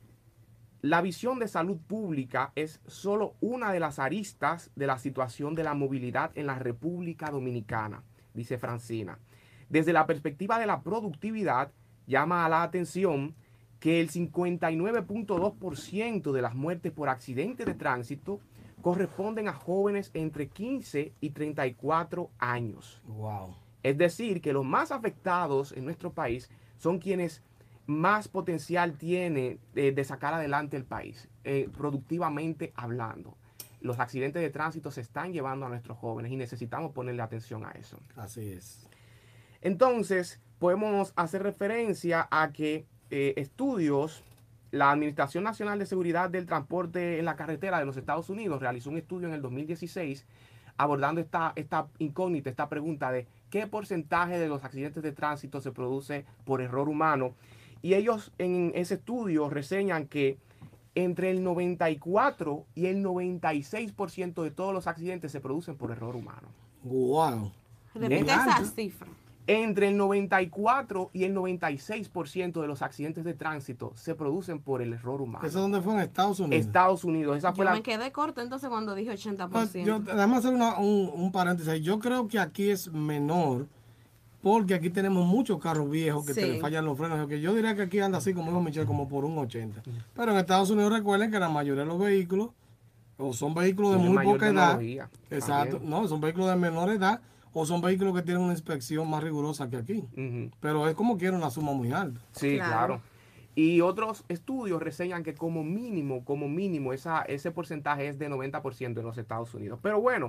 la visión de salud pública es solo una de las aristas de la situación de la movilidad en la República Dominicana, dice Francina. Desde la perspectiva de la productividad, llama a la atención que el cincuenta y nueve punto dos por ciento de las muertes por accidentes de tránsito corresponden a jóvenes entre quince y treinta y cuatro años. Wow. Es decir, que los más afectados en nuestro país son quienes más potencial tiene de, de sacar adelante el país, eh, productivamente hablando. Los accidentes de tránsito se están llevando a nuestros jóvenes y necesitamos ponerle atención a eso. Así es. Entonces, podemos hacer referencia a que eh, estudios, la Administración Nacional de Seguridad del Transporte en la Carretera de los Estados Unidos realizó un estudio en el dos mil dieciséis abordando esta, esta incógnita, esta pregunta de qué porcentaje de los accidentes de tránsito se produce por error humano. Y ellos en ese estudio reseñan que entre el noventa y cuatro y el noventa y seis por ciento de todos los accidentes se producen por error humano. Wow. Repite esa cifra. Entre el noventa y cuatro y el noventa y seis por ciento de los accidentes de tránsito se producen por el error humano. ¿Eso dónde fue? En Estados Unidos. Estados Unidos. Esa fue yo la... me quedé corto entonces cuando dije ochenta por ciento. Pues yo, además hacer una, un, un paréntesis. Yo creo que aquí es menor porque aquí tenemos muchos carros viejos que Sí. te fallan los frenos. Que yo diría que aquí anda así, como dijo Michelle, como por un ochenta. Pero en Estados Unidos recuerden que la mayoría de los vehículos o son vehículos de Tiene muy mayor poca edad. tecnología. Exacto. También. No, son vehículos de menor edad o son vehículos que tienen una inspección más rigurosa que aquí. Ujú. Pero es como quiera una suma muy alta. Sí, Claro. claro. Y otros estudios reseñan que como mínimo, como mínimo, esa, ese porcentaje es de noventa por ciento en los Estados Unidos. Pero bueno,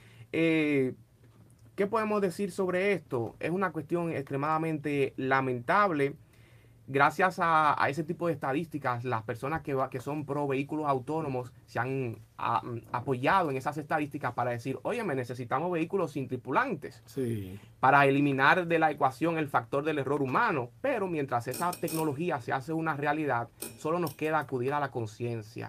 eh, ¿qué podemos decir sobre esto? Es una cuestión extremadamente lamentable. Gracias a, a ese tipo de estadísticas, las personas que, va, que son pro vehículos autónomos se han a, apoyado en esas estadísticas para decir, oye, necesitamos vehículos sin tripulantes, sí, para eliminar de la ecuación el factor del error humano. Pero mientras esa tecnología se hace una realidad, solo nos queda acudir a la conciencia,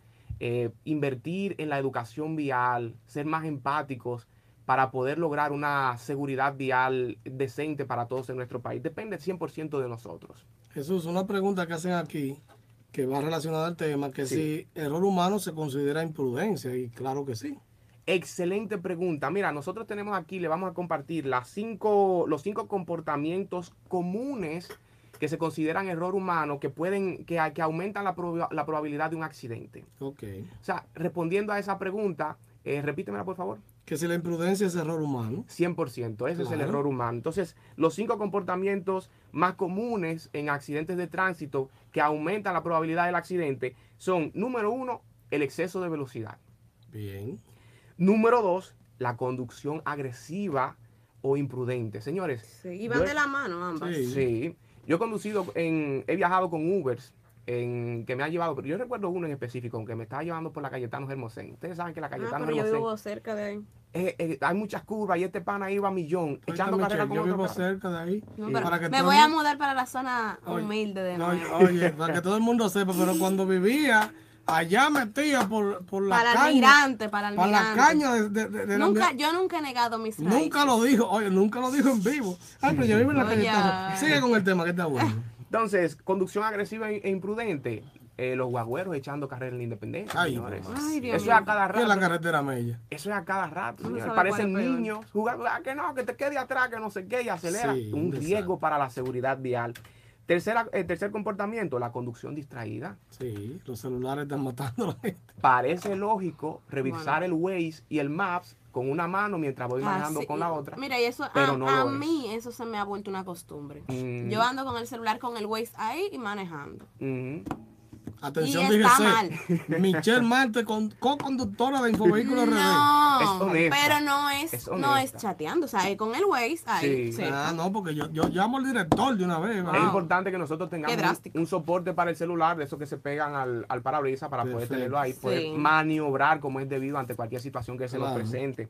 eh, invertir en la educación vial, ser más empáticos para poder lograr una seguridad vial decente para todos en nuestro país. Depende cien por ciento de nosotros. Jesús, una pregunta que hacen aquí, que va relacionada al tema, que Sí. si error humano se considera imprudencia, y claro que sí. Excelente pregunta. Mira, nosotros tenemos aquí, le vamos a compartir las cinco, los cinco comportamientos comunes que se consideran error humano, que pueden, que, que aumentan la, proba- la probabilidad de un accidente. Ok. O sea, respondiendo a esa pregunta, eh, repítemela por favor. Que si la imprudencia es error humano. cien por ciento, ese es el Claro. error humano. Entonces, los cinco comportamientos más comunes en accidentes de tránsito que aumentan la probabilidad del accidente son, número uno, el exceso de velocidad. Bien. Número dos, la conducción agresiva o imprudente. Señores, Sí, y van yo- de la mano ambas. Sí. sí, yo he conducido, en, he viajado con Ubers, en, que me han llevado, pero yo recuerdo uno en específico, aunque me estaba llevando por la Cayetano Hermosén. Ustedes saben que la Ah, Cayetano pero yo Hermosén, vivo cerca de ahí. eh, eh, hay muchas curvas y este pana iba a millón, Oye, echando Michelle, carrera con yo otro vivo carro. cerca de ahí. No, Sí. pero Para que me todo voy el a mundo- mudar para la zona Oye, humilde de no, nuevo. oye, para que todo el mundo sepa, pero cuando vivía allá metía por, por la Para el caña. almirante, para el Para la almirante. caña de, de- de- de la Nunca, almirante. yo nunca he negado mis Nunca raíces. lo dijo, oye, nunca lo dijo en vivo. Ay, pero yo vivo en la Oye. calle. Sigue con el tema que está bueno. Entonces, conducción agresiva e e imprudente. Eh, los guagüeros echando carrera en la independencia, Ay, señores. mamá. Ay, Dios Eso mío. es a cada Y en la rato. carretera Mella. Eso es a cada rato, Uno señores. sabe Parecen cuál es peor. niños jugando, ah, que no, que te quede atrás, que no sé qué, y acelera. Sí, un un riesgo desastre. para la seguridad vial. Tercera, el tercer comportamiento, la conducción distraída. Sí, los celulares están matando a la gente. Parece lógico revisar el Waze y el Maps con una mano mientras voy Ah, manejando sí. con la otra. Mira, y eso pero a, no a lo es. mí eso se me ha vuelto una costumbre. Mm. Yo ando con el celular con el Waze ahí y manejando. Ujú. Atención, Y está fíjese. Michelle Marte, con- co-conductora de Infovehículos R D. No, Es honesta. pero no es, Es no es honesta. chateando, o sea, es con el Waze ahí. Sí. cerca. Ah, no, porque yo, yo llamo al director de una vez. Es ¿verdad? importante que nosotros tengamos Qué drástico. un, un soporte para el celular, de esos que se pegan al, al parabrisas para poder Perfecto. tenerlo ahí, poder Sí. maniobrar como es debido ante cualquier situación que se nos Claro. presente.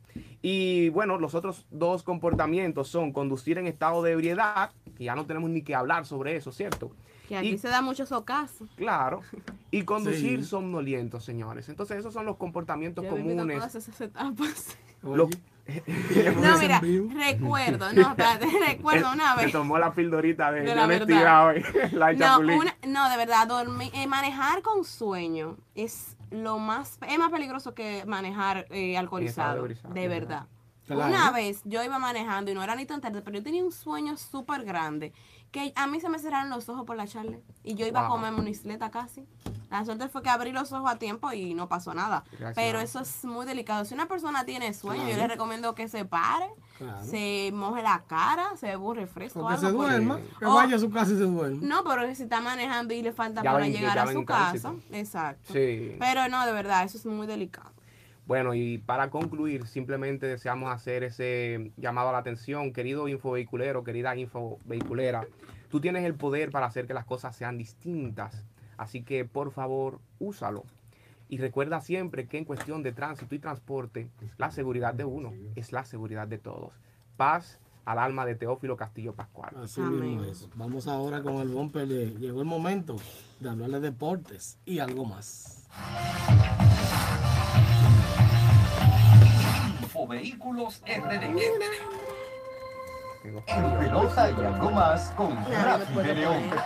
Y bueno, los otros dos comportamientos son conducir en estado de ebriedad, que ya no tenemos ni que hablar sobre eso, ¿cierto? Que aquí Y- se da mucho ocaso. Claro. Y conducir Sí. somnolientos, señores. Entonces esos son los comportamientos Yo he vivido comunes. todas esas etapas. Oye, Lo- ella lo No, dice mira, en vivo. recuerdo, no, espérate, recuerdo una Se vez. tomó la pildorita de, De de la honestidad hoy, la de No, Chapulín. una- no, de verdad, dormir, eh, manejar con sueño es lo más, es más peligroso que manejar eh, alcoholizado, alcoholizado, de de verdad. Claro. Una vez yo iba manejando y no era ni tan tarde, pero yo tenía un sueño súper grande que a mí se me cerraron los ojos por la charla y yo iba a Wow. comerme una isleta casi. La suerte fue que abrí los ojos a tiempo y no pasó nada. Gracias. Pero eso es muy delicado. Si una persona tiene sueño, yo le recomiendo que se pare, Claro. se moje la cara, se bebe un refresco. O que algo, se porque- duerma, que O- vaya a su casa y se duerma. no, pero si está manejando y le falta Ya para ven- llegar ya a ven su en casa. tránsito. Exacto. Sí. Pero no, de verdad, eso es muy delicado. Bueno, y para concluir, simplemente deseamos hacer ese llamado a la atención, querido infovehiculero, querida infovehiculera. Tú tienes el poder para hacer que las cosas sean distintas, así que por favor, úsalo. Y recuerda siempre que en cuestión de tránsito y transporte, la seguridad de uno es la seguridad de todos. Paz al alma de Teófilo Castillo Pascual. Así Amén. mismo es. Vamos ahora con el bumper. de- Llegó el momento de hablar de deportes y algo más. Infovehículos R D. Tengo En frío. pelota y algo más con Nadie me Rafi puede de León. poner.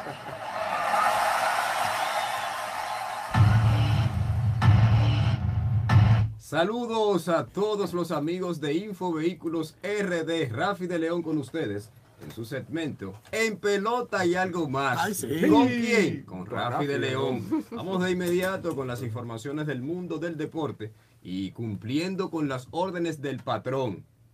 Saludos a todos los amigos de Infovehículos R D, Rafi de León con ustedes en su segmento En Pelota y algo más. Ay, sí. ¿Con quién? Con Con Rafi Rafi de de León. Vamos de inmediato con las informaciones del mundo del deporte y cumpliendo con las órdenes del patrón.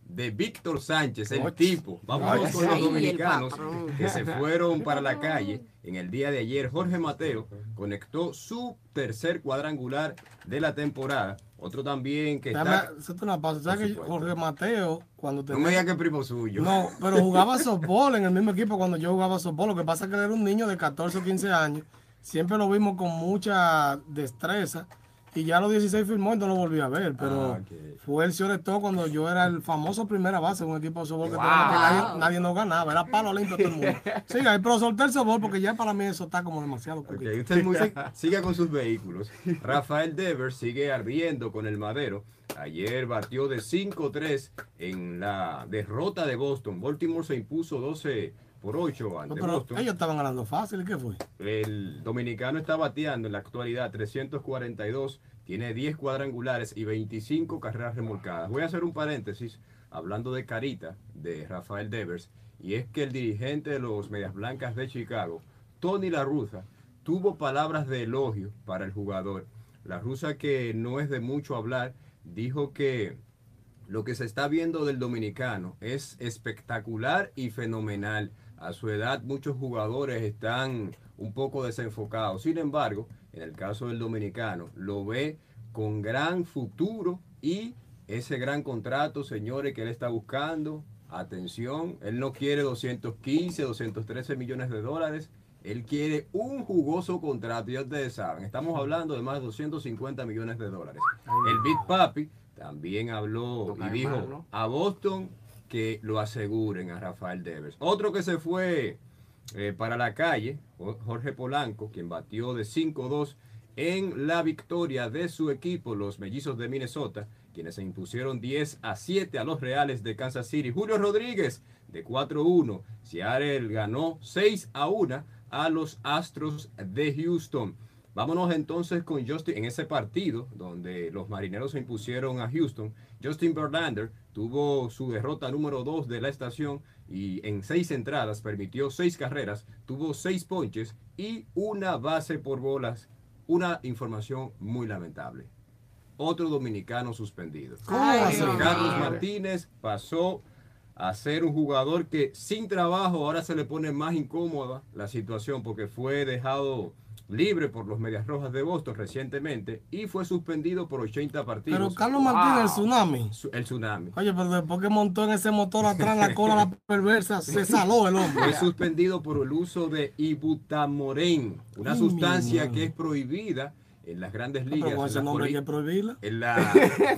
de Víctor Sánchez, el Och. tipo. Vamos con los Ay, el dominicanos patrón. que se fueron para la calle. En el día de ayer, Jorge Mateo conectó su tercer cuadrangular de la temporada. Otro también que Déjame está... hacerte una pausa. ¿Sabes Por que supuesto. Jorge Mateo, cuando No me tenía... diga que es primo suyo. No, pero jugaba softball en el mismo equipo cuando yo jugaba softball. Lo que pasa es que él era un niño de catorce o quince años. Siempre lo vimos con mucha destreza. Y ya a los dieciséis firmó y no lo volví a ver. Pero Ah, ok. fue el shortstop cuando yo era el famoso primera base en un equipo de softball que, Wow. teníamos que nadie, nadie nos ganaba. Era palo limpio todo el mundo. Siga, pero solté el softball porque ya para mí eso está como demasiado Ok, coquito. usted es muy- siga con sus vehículos. Rafael Devers sigue ardiendo con el madero. Ayer batió de cinco tres en la derrota de Boston. Baltimore se impuso doce por ocho No, ante pero Boston. ellos estaban ganando fácil. ¿Y qué fue? El dominicano está bateando en la actualidad trescientos cuarenta y dos, tiene diez cuadrangulares y veinticinco carreras remolcadas. Voy a hacer un paréntesis hablando de carita de Rafael Devers, y es que el dirigente de los Medias Blancas de Chicago, Tony La Russa, tuvo palabras de elogio para el jugador. La Russa, que no es de mucho hablar, dijo que lo que se está viendo del dominicano es espectacular y fenomenal. A su edad muchos jugadores están un poco desenfocados. Sin embargo, en el caso del dominicano, lo ve con gran futuro y ese gran contrato, señores, que él está buscando. Atención, él no quiere doscientos quince, doscientos trece millones de dólares. Él quiere un jugoso contrato, ya ustedes saben. Estamos hablando de más de doscientos cincuenta millones de dólares. El Big Papi también habló No y cae dijo mal, ¿no? a Boston que lo aseguren a Rafael Devers. Otro que se fue eh, para la calle, Jo- Jorge Polanco, quien batió de cinco dos en la victoria de su equipo, los Mellizos de Minnesota, quienes se impusieron diez a siete a los Reales de Kansas City. Julio Rodríguez de cuatro uno. Seattle ganó seis a uno a los Astros de Houston. Vámonos entonces con Justin en ese partido donde los Marineros se impusieron a Houston. Justin Verlander tuvo su derrota número dos de la estación y en seis entradas permitió seis carreras, tuvo seis ponches y una base por bolas. Una información muy lamentable. Otro dominicano suspendido. ¿Cómo Ay, va a ser? Dios Carlos mío. Martínez pasó a ser un jugador que sin trabajo ahora se le pone más incómoda la situación porque fue dejado libre por los Medias Rojas de Boston recientemente y fue suspendido por ochenta partidos. Pero Carlos Martínez, el tsunami. Su- El tsunami. Oye, pero después que montó en ese motor atrás la cola la perversa, se saló el hombre. Fue suspendido por el uso de ibutamoren, una Ay, mi sustancia madre. que es prohibida en las grandes Pero ligas. con en ese la nombre hay poli- que prohibirla. en la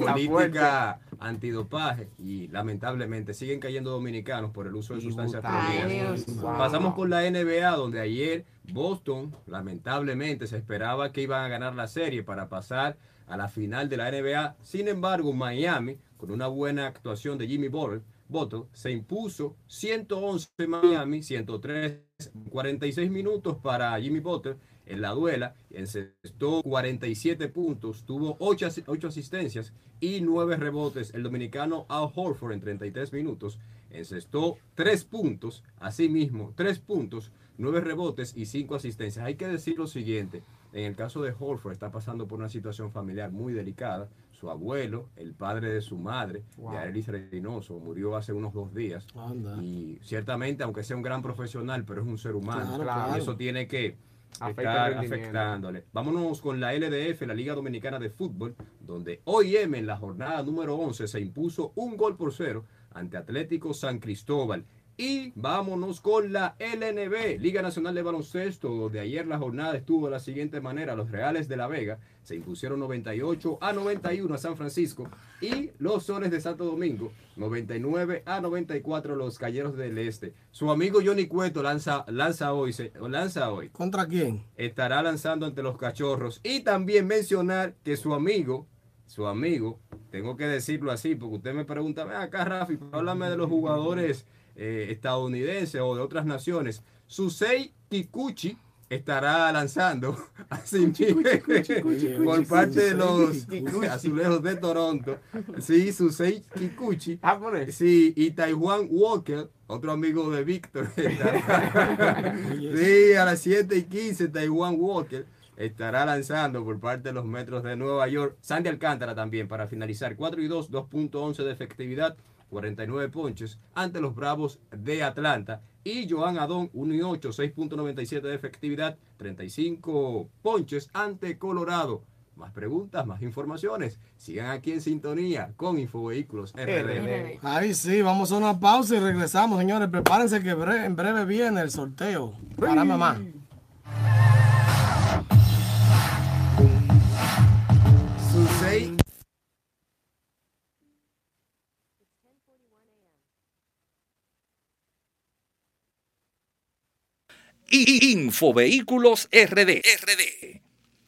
política antidopaje y lamentablemente siguen cayendo dominicanos por el uso de sustancias Ay, prohibidas. Dios. Wow. Pasamos con la N B A, donde ayer Boston, lamentablemente, se esperaba que iban a ganar la serie para pasar a la final de la N B A. Sin embargo, Miami, con una buena actuación de Jimmy Butler, Butler, se impuso ciento once Miami, ciento tres, cuarenta y seis minutos para Jimmy Butler en la duela, encestó cuarenta y siete puntos, tuvo ocho, asi- ocho asistencias y nueve rebotes. El dominicano Al Horford en treinta y tres minutos encestó tres puntos, asimismo tres puntos, nueve rebotes y cinco asistencias. Hay que decir lo siguiente, en el caso de Horford está pasando por una situación familiar muy delicada. Su abuelo, el padre de su madre, Wow. de Arelis Reynoso, murió hace unos dos días. Anda. Y ciertamente, aunque sea un gran profesional, pero es un ser humano. Claro, claro. Y eso tiene que Afecta estar el rendimiento. afectándole. Vámonos con la L D F, la Liga Dominicana de Fútbol, donde O I M en la jornada número once se impuso un gol por cero ante Atlético San Cristóbal. Y vámonos con la L N B, Liga Nacional de Baloncesto, donde ayer la jornada estuvo de la siguiente manera. Los Reales de La Vega se impusieron noventa y ocho a noventa y uno a San Francisco y los Soles de Santo Domingo noventa y nueve a noventa y cuatro los Cayeros del Este. Su amigo Johnny Cueto lanza, lanza, hoy, se- lanza hoy. ¿Contra quién? Estará lanzando ante los Cachorros. Y también mencionar que su amigo, su amigo, tengo que decirlo así, porque usted me pregunta, ven acá, Rafi, háblame de los jugadores eh, estadounidenses o de otras naciones. Susei Kikuchi estará lanzando así mismo, por parte de los Azulejos de Toronto. Sí, Susei Kikuchi. Ah, por eso. Sí, y Taiwan Walker, otro amigo de Víctor, estará- sí, a las siete y quince Taiwan Walker estará lanzando por parte de los Metros de Nueva York. Sandy Alcántara también para finalizar, cuatro y dos, dos punto once de efectividad, cuarenta y nueve ponches ante los Bravos de Atlanta. Y Joan Adón, uno y ocho, seis punto noventa y siete de efectividad, treinta y cinco ponches ante Colorado. Más preguntas, más informaciones. Sigan aquí en sintonía con Infovehículos R D. Ahí sí, vamos a una pausa y regresamos, señores. Prepárense que bre en breve viene el sorteo. Para mamá. Susei. Infovehículos R D. R D.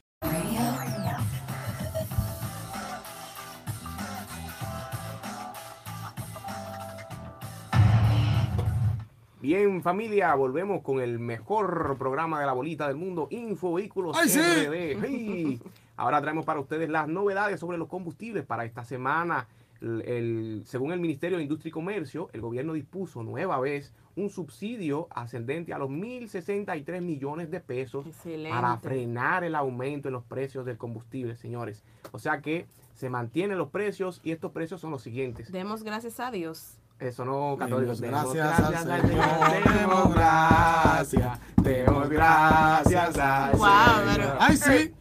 Bien, familia, volvemos con el mejor programa de la bolita del mundo, Infovehículos ¡Ay, sí! R D. ¡Hey! Ahora traemos para ustedes las novedades sobre los combustibles para esta semana. El, el, según el Ministerio de Industria y Comercio, el gobierno dispuso nueva vez un subsidio ascendente a los mil sesenta y tres millones de pesos. Excelente. Para frenar el aumento en los precios del combustible, señores. O sea que se mantienen los precios y estos precios son los siguientes. Demos gracias a Dios. Eso no, católicos. Demos gracias, gracias al Señor. Demos gracias. Demos gracias al wow, Señor. Pero... Ay, sí.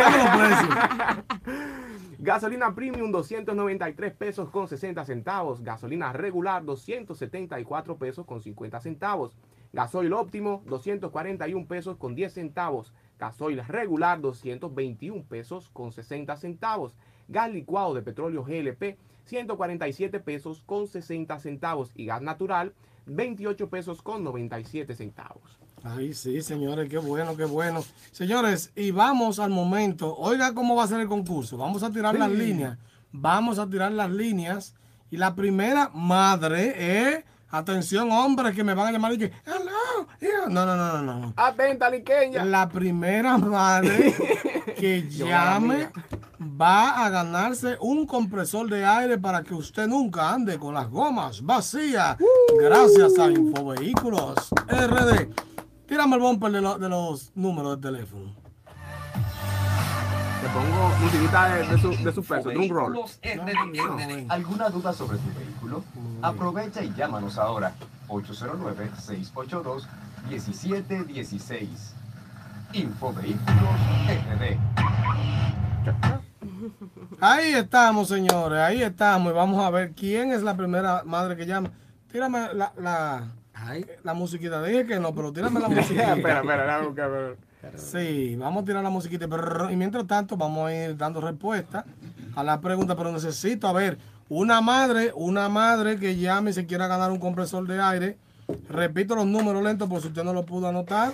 Gasolina Premium doscientos noventa y tres pesos con sesenta centavos. Gasolina regular doscientos setenta y cuatro pesos con cincuenta centavos. Gasoil óptimo doscientos cuarenta y un pesos con diez centavos. Gasoil regular doscientos veintiún pesos con sesenta centavos. Gas licuado de petróleo G L P ciento cuarenta y siete pesos con sesenta centavos. Y gas natural veintiocho pesos con noventa y siete centavos. Ay, sí, señores, qué bueno, qué bueno. Señores, y vamos al momento. Oiga cómo va a ser el concurso. Vamos a tirar sí. las líneas. Vamos a tirar las líneas. Y la primera madre, ¿eh? Atención, hombres, que me van a llamar y que, hello, yeah. no, no, no, no, no. Atenta, liqueña. La primera madre que llame va a ganarse un compresor de aire para que usted nunca ande con las gomas vacías. Uh. Gracias a Infovehículos R D. Tírame el bumper de, lo, de los números de teléfono. Te pongo musiquita de, de su, de su peso, de un roll. No, no, no. ¿Alguna duda sobre tu vehículo? Aprovecha y llámanos ahora. ocho cero nueve, seis ocho dos, uno siete uno seis. Infovehículos R D. Ahí estamos, señores. Ahí estamos. Y vamos a ver quién es la primera madre que llama. Tírame la... la Ay, la musiquita, dije que no, pero tírame la musiquita. espera, espera, la busca, espera. Sí, vamos a tirar la musiquita. Pero, y mientras tanto, vamos a ir dando respuesta a la pregunta. Pero necesito, a ver, una madre, una madre que llame y se quiera ganar un compresor de aire. Repito los números lentos por si usted no lo pudo anotar.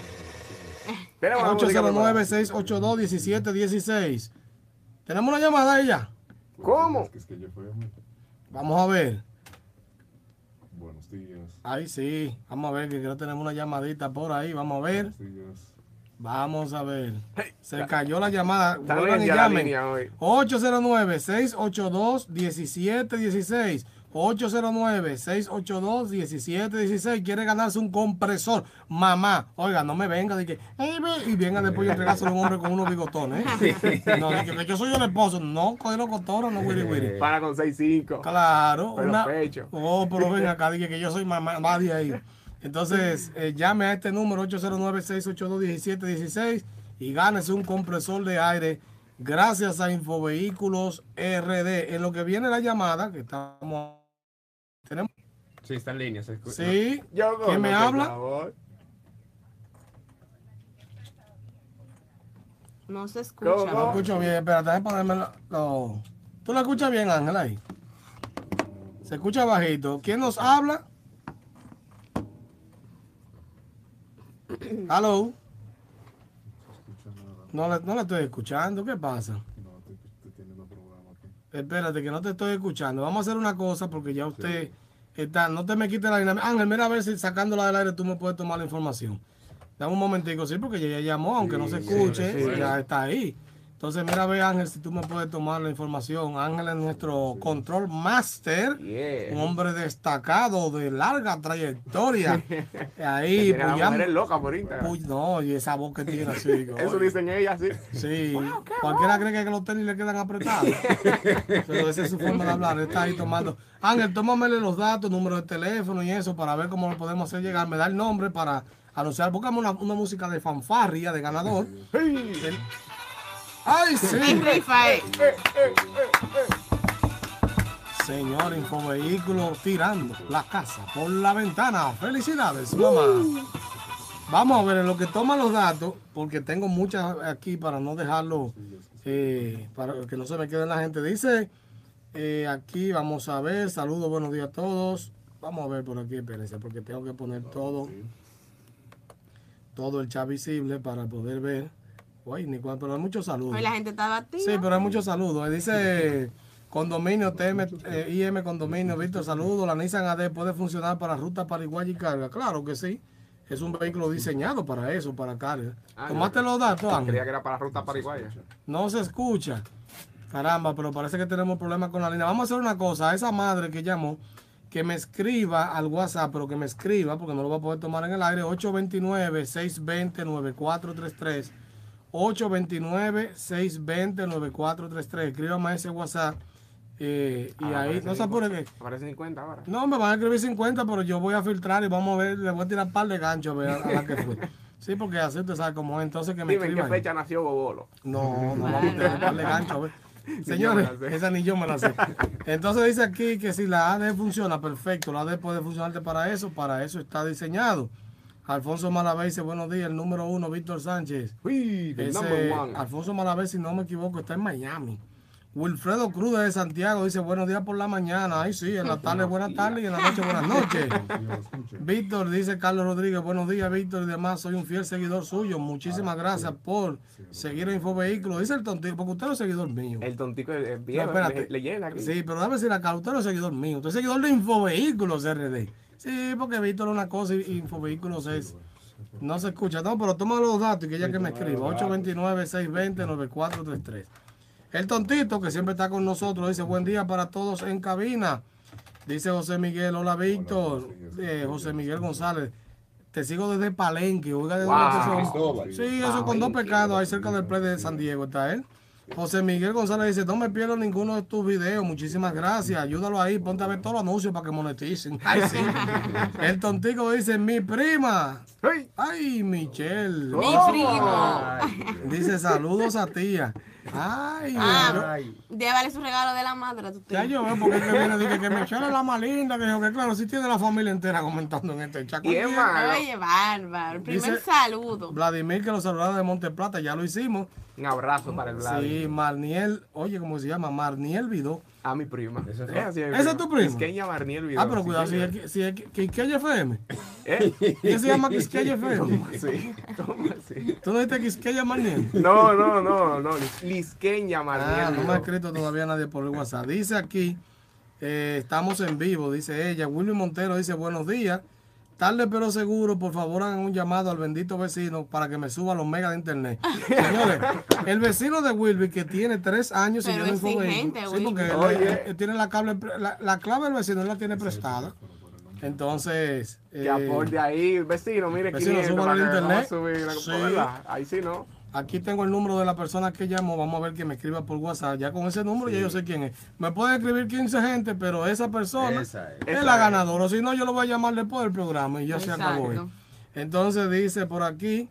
ocho cero nueve, seis ocho dos, uno siete uno seis. ¿Tenemos una llamada ahí ya? ¿Cómo? Vamos a ver. Buenos días. Ay, sí. Vamos a ver, que creo que tenemos una llamadita por ahí. Vamos a ver. Buenos días. Vamos a ver. Se cayó la llamada. Vuelvan y llamen. ocho cero nueve, seis ocho dos, uno siete uno seis. ocho cero nueve, seis ocho dos, uno siete uno seis. Quiere ganarse un compresor. Mamá, oiga, no me venga de que, y venga después y entregárselo a un hombre con unos bigotones. ¿eh? No, de que, que yo soy el esposo. No, coge los cotoros, no, wiri wiri. Para con seis cinco. Claro. Pero una, pecho. Oh, pero ven acá, dije que yo soy mamá, va de ahí. Entonces, eh, llame a este número ocho cero nueve, seis ocho dos, uno siete uno seis y gánese un compresor de aire gracias a Infovehículos R D. En lo que viene la llamada, que estamos... ¿Tenemos? Sí, está en línea. Se escucha. Sí. Yo, ¿Quién me habla? Favor. No se escucha. ¿Cómo? No escucho bien, espérate, déjame ponerme lo, lo... ¿Tú la escuchas bien, Ángel, ahí? Se escucha bajito. ¿Quién nos habla? ¿Aló? No le, no le estoy escuchando. ¿Qué pasa? No, estoy, estoy teniendo problemas aquí. Espérate, que no te estoy escuchando. Vamos a hacer una cosa porque ya usted sí. está... No te me quites la dinámica. Ángel, mira a ver si sacándola del aire tú me puedes tomar la información. Dame un momentico, sí, porque ella ya llamó, aunque sí, no se escuche, sí, sí, ya está ahí. Entonces, mira, ve Ángel, si tú me puedes tomar la información. Ángel es nuestro control master, Yeah. un hombre destacado de larga trayectoria. Ahí, Tiene a las puyam- mujeres locas por Instagram. puy- no, y esa voz que tiene así. Eso oye. dicen ellas, sí. Sí, cualquiera cree que los tenis le quedan apretados. Pero esa es su forma de hablar. Él está ahí tomando. Ángel, tómamele los datos, número de teléfono y eso para ver cómo lo podemos hacer llegar. Me da el nombre para anunciar. Búscame una, una música de fanfarria, de ganador. El- ¡Ay, sí! Rifa, eh. Señor Infovehículo tirando la casa por la ventana. Felicidades, mamá. Vamos a ver en lo que toma los datos, porque tengo muchas aquí para no dejarlo, eh, para que no se me quede la gente. Dice eh, aquí, vamos a ver, saludos, buenos días a todos. Vamos a ver por aquí, espérense, porque tengo que poner todo, todo el chat visible para poder ver. Uy, ni cuál, pero hay muchos saludos. Hoy la gente estaba activa. Sí, pero hay muchos saludos. Dice condominio T M, eh, I M Condominio, Víctor, saludos. La Nissan A D puede funcionar para ruta Paraguay y carga. Claro que sí. Es un vehículo diseñado para eso, para carga. Ah, Tomaste yo- los datos, Creía Ángel. que era para ruta paraguaya. No se escucha. Caramba, pero parece que tenemos problemas con la línea. Vamos a hacer una cosa. A esa madre que llamó, que me escriba al WhatsApp, pero que me escriba, porque no lo va a poder tomar en el aire, ocho dos nueve, seis dos cero, nueve cuatro tres tres. ocho dos nueve, seis dos cero, nueve cuatro tres tres. Escríbame a ese WhatsApp. eh, y Ah, ahí, aparece no se apure que. Aparece cincuenta ahora. No, me van a escribir cincuenta, pero yo voy a filtrar y vamos a ver, le voy a tirar un par de ganchos a ver a, a la que fue. Sí, porque así usted sabe cómo es. Entonces que me Dime en qué escriban. fecha nació Bobolo. No, no vamos a tirar un par de ganchos a ver. Señores, me la sé. esa ni yo me la sé. Entonces dice aquí que si la A D funciona, perfecto. La A D puede funcionarte para eso, para eso está diseñado. Alfonso Malavé dice, buenos días, el número uno, Víctor Sánchez. Uy, the Ese, number one. Alfonso Malavé, si no me equivoco, está en Miami. Wilfredo Cruz de Santiago dice, buenos días por la mañana. Ay, sí, en la tarde, buenas tardes y en la noche, buenas noches. Víctor dice, Carlos Rodríguez, buenos días, Víctor y demás, soy un fiel seguidor suyo. Muchísimas gracias por seguir a Infovehículo. Dice el tontito, porque usted no es seguidor mío. El tontico es es No, viejo, espérate. le- leyenda aquí. Sí, pero déjame decir acá, usted no es seguidor mío, usted es seguidor de Infovehículos R D. Sí, porque Víctor es una cosa y Infovehículos es... No se escucha, no, pero toma los datos y que ella que me escriba. ocho dos nueve, seis dos cero, nueve cuatro tres tres. El tontito que siempre está con nosotros dice, buen día para todos en cabina. Dice José Miguel, hola Víctor. Eh, José Miguel González. Te sigo desde Palenque. Oiga, ¿de dónde Wow. que son? Sí, eso con dos pecados ahí cerca del play de San Diego está él. José Miguel González dice, no me pierdo ninguno de tus videos, muchísimas gracias, ayúdalo ahí, ponte a ver todos los anuncios para que moneticen. Ay, sí. El tontico dice, mi prima. ¡Ay! Ay, Michelle. Mi primo. Dice, saludos a tía. Ay, Ah, yo- llévale su regalo de la madre a tu tío. ya yo veo porque es que viene dice que Michelle es la más linda, que, dijo que claro, sí tiene la familia entera comentando en este chat. Y es malo. Oye, bárbaro. Primer Dice- saludo. Vladimir que lo saludaba de Monteplata, ya lo hicimos. Un abrazo para el Vlad. Sí, Marniel, oye, ¿cómo se llama? Marniel Vidó. A mi prima. Ese fue. Es así, mi ¿Ese es tu primo? Quisqueña Marniel Vidal. Ah, pero cuidado, si Sí, es, si es Quisqueya F M. ¿Eh? ¿Qué se llama Quisqueya F M? Sí. ¿Cómo así? ¿Tú no dijiste Quisqueya Marniel? No, no, no, no. Lisqueña Ah, Marniel. no me ha escrito todavía nadie por el WhatsApp. Dice aquí, eh, estamos en vivo, dice ella. Willy Montero dice, buenos días. Tarde pero seguro, por favor hagan un llamado al bendito vecino para que me suba los megas de internet. Señores, el vecino de Wilby que tiene tres años Pero siguiendo exigente, Infovehículos. Sí, porque él- Oye. él- él tiene la, cable, la, la clave del vecino, él la tiene prestada. Entonces, Que eh, aporte ahí, vecino, mire, vecino, quinientos súbalo para al que internet. vamos a subir la Sí. ¿verdad? Ahí sí, ¿no? aquí tengo el número de la persona que llamó. Vamos a ver que me escriba por WhatsApp. Ya con ese número ya yo sé quién es. Me puede escribir quince gente, pero esa persona Esa es. es Esa la es. ganadora. Si no, yo lo voy a llamar después del programa y ya se acabó. Exacto. Entonces dice por aquí,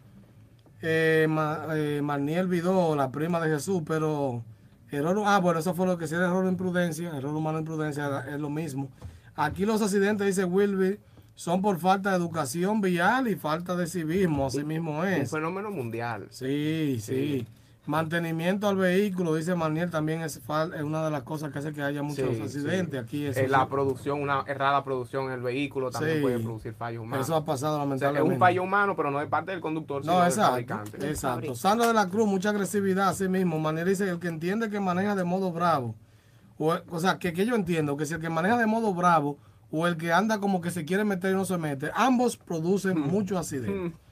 eh, Ma- eh, Marniel Vidó, la prima de Jesús, pero error, ah, bueno, eso fue lo que sí era error de imprudencia, error humano de imprudencia, es lo mismo. Aquí los accidentes, dice Wilby, son por falta de educación vial y falta de civismo, así mismo Un es. fenómeno mundial. Sí, sí. Mantenimiento al vehículo, dice Marniel, también es, fal- es una de las cosas que hace que haya muchos Sí, accidentes. Aquí eso, Eh, la sí. producción, una errada producción en el vehículo también Sí. puede producir fallos humanos. Eso ha pasado O sea, es lamentablemente. un fallo humano, pero no de parte del conductor, sino No, del exacto, fabricante. exacto. Sandra de la Cruz, mucha agresividad, así mismo. Manera dice, el que entiende que maneja de modo bravo, o, o sea, que, que yo entiendo que si el que maneja de modo bravo o el que anda como que se quiere meter y no se mete, ambos producen muchos accidentes.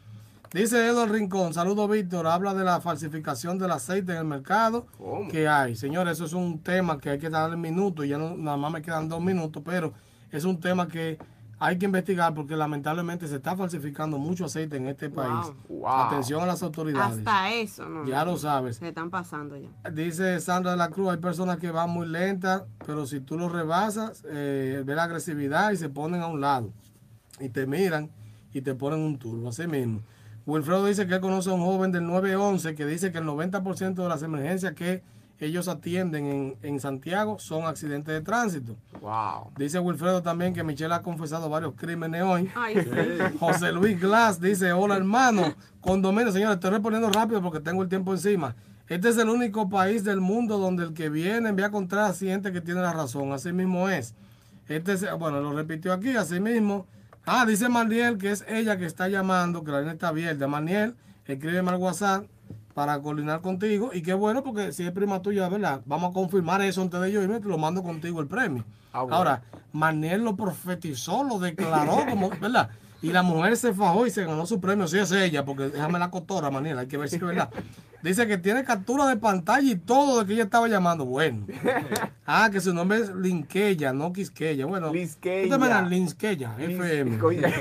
Dice Edo Rincón, saludo Víctor, habla de la falsificación del aceite en el mercado ¿Cómo? que hay. Señores, eso es un tema que hay que darle minutos, ya no, nada más me quedan dos minutos, pero es un tema que hay que investigar porque lamentablemente se está falsificando mucho aceite en este país. Wow. Wow. Atención a las autoridades. Hasta eso, ¿no? Ya lo sabes. Se están pasando ya. Dice Sandra de la Cruz, hay personas que van muy lentas, pero si tú los rebasas, eh, ve la agresividad y se ponen a un lado. Y te miran y te ponen un turbo, así mismo. Wilfredo dice que él conoce a un joven del nueve once que dice que el noventa por ciento de las emergencias que ellos atienden en, en Santiago son accidentes de tránsito. Wow. Dice Wilfredo también que Michelle ha confesado varios crímenes hoy. Ay, sí. José Luis Glass dice, hola hermano, condominio, señores, estoy respondiendo rápido porque tengo el tiempo encima. Este es el único país del mundo donde el que viene envía contra accidente que tiene la razón, así mismo es. Este es, bueno, lo repitió aquí, así mismo. Ah, dice Marniel que es ella que está llamando, que la línea está abierta. Marniel, escríbeme al WhatsApp para coordinar contigo. Y qué bueno, porque si es prima tuya, ¿verdad? Vamos a confirmar eso antes de yo irme, te lo mando contigo el premio. Ah, bueno. Ahora, Marniel lo profetizó, lo declaró, como, ¿verdad? Y la mujer se fajó y se ganó su premio. Sí, es ella, porque déjame la cotora, Marniel, hay que ver si es verdad. Dice que tiene captura de pantalla y todo de que ella estaba llamando. Bueno. Ah, que su nombre es Linqueya, no Quisqueya. Bueno, Linqueya. usted me da Linqueya, F M. Linqueya.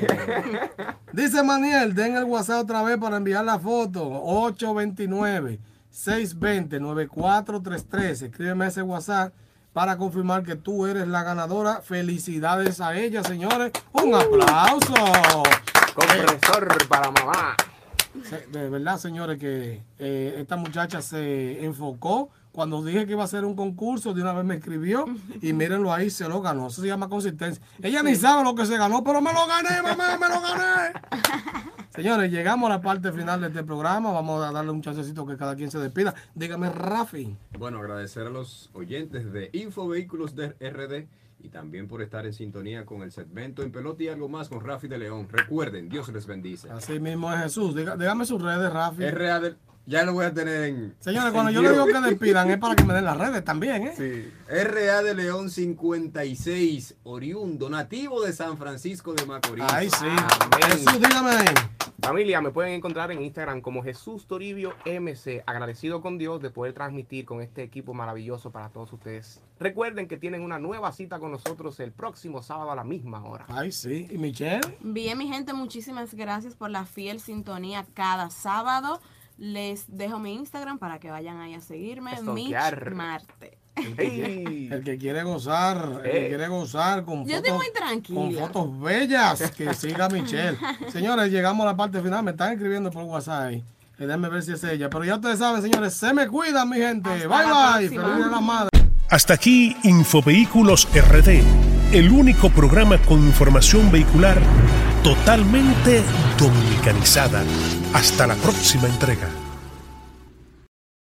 Dice Maniel, den el WhatsApp otra vez para enviar la foto. ocho dos nueve, seis dos cero, nueve cuatro tres tres. Escríbeme ese WhatsApp para confirmar que tú eres la ganadora. Felicidades a ella, señores. Un aplauso. Compresor para mamá. De verdad, señores, que eh, esta muchacha se enfocó. Cuando dije que iba a hacer un concurso, de una vez me escribió y mírenlo ahí, se lo ganó. Eso se llama consistencia. Ella ni sabe lo que se ganó, pero me lo gané, mamá, me lo gané. Señores, llegamos a la parte final de este programa. Vamos a darle un chancecito que cada quien se despida. Dígame, Rafi. Bueno, agradecer a los oyentes de Infovehículos de R D y también por estar en sintonía con el segmento En Pelota y Algo Más con Rafi de León. Recuerden, Dios les bendice. Así mismo es Jesús. Diga, dígame sus redes, Rafi. R A D, ya lo voy a tener en... Señores, cuando yo le digo que despidan es para que me den las redes también, ¿eh? Sí. R A de León cincuenta y seis, oriundo, nativo de San Francisco de Macorís. Ay, sí. Amén. Jesús, dígame ahí. Familia, me pueden encontrar en Instagram como Jesús Toribio M C. Agradecido con Dios de poder transmitir con este equipo maravilloso para todos ustedes. Recuerden que tienen una nueva cita con nosotros el próximo sábado a la misma hora. Ay, sí. ¿Y Michelle? Bien, mi gente, muchísimas gracias por la fiel sintonía cada sábado. Les dejo mi Instagram para que vayan ahí a seguirme. Stalkear. Mitch Marte. Hey. El que quiere gozar, el que Eh. quiere gozar con Yo fotos, estoy muy tranquila. con fotos bellas, que siga Michelle. Señores, llegamos a la parte final, me están escribiendo por WhatsApp ahí. Eh, Déjenme ver si es ella. Pero ya ustedes saben, señores, se me cuidan, mi gente. Hasta bye, la bye. próxima. Feliz Día de la Madre. Hasta aquí Infovehículos R D, el único programa con información vehicular totalmente dominicanizada. Hasta la próxima entrega.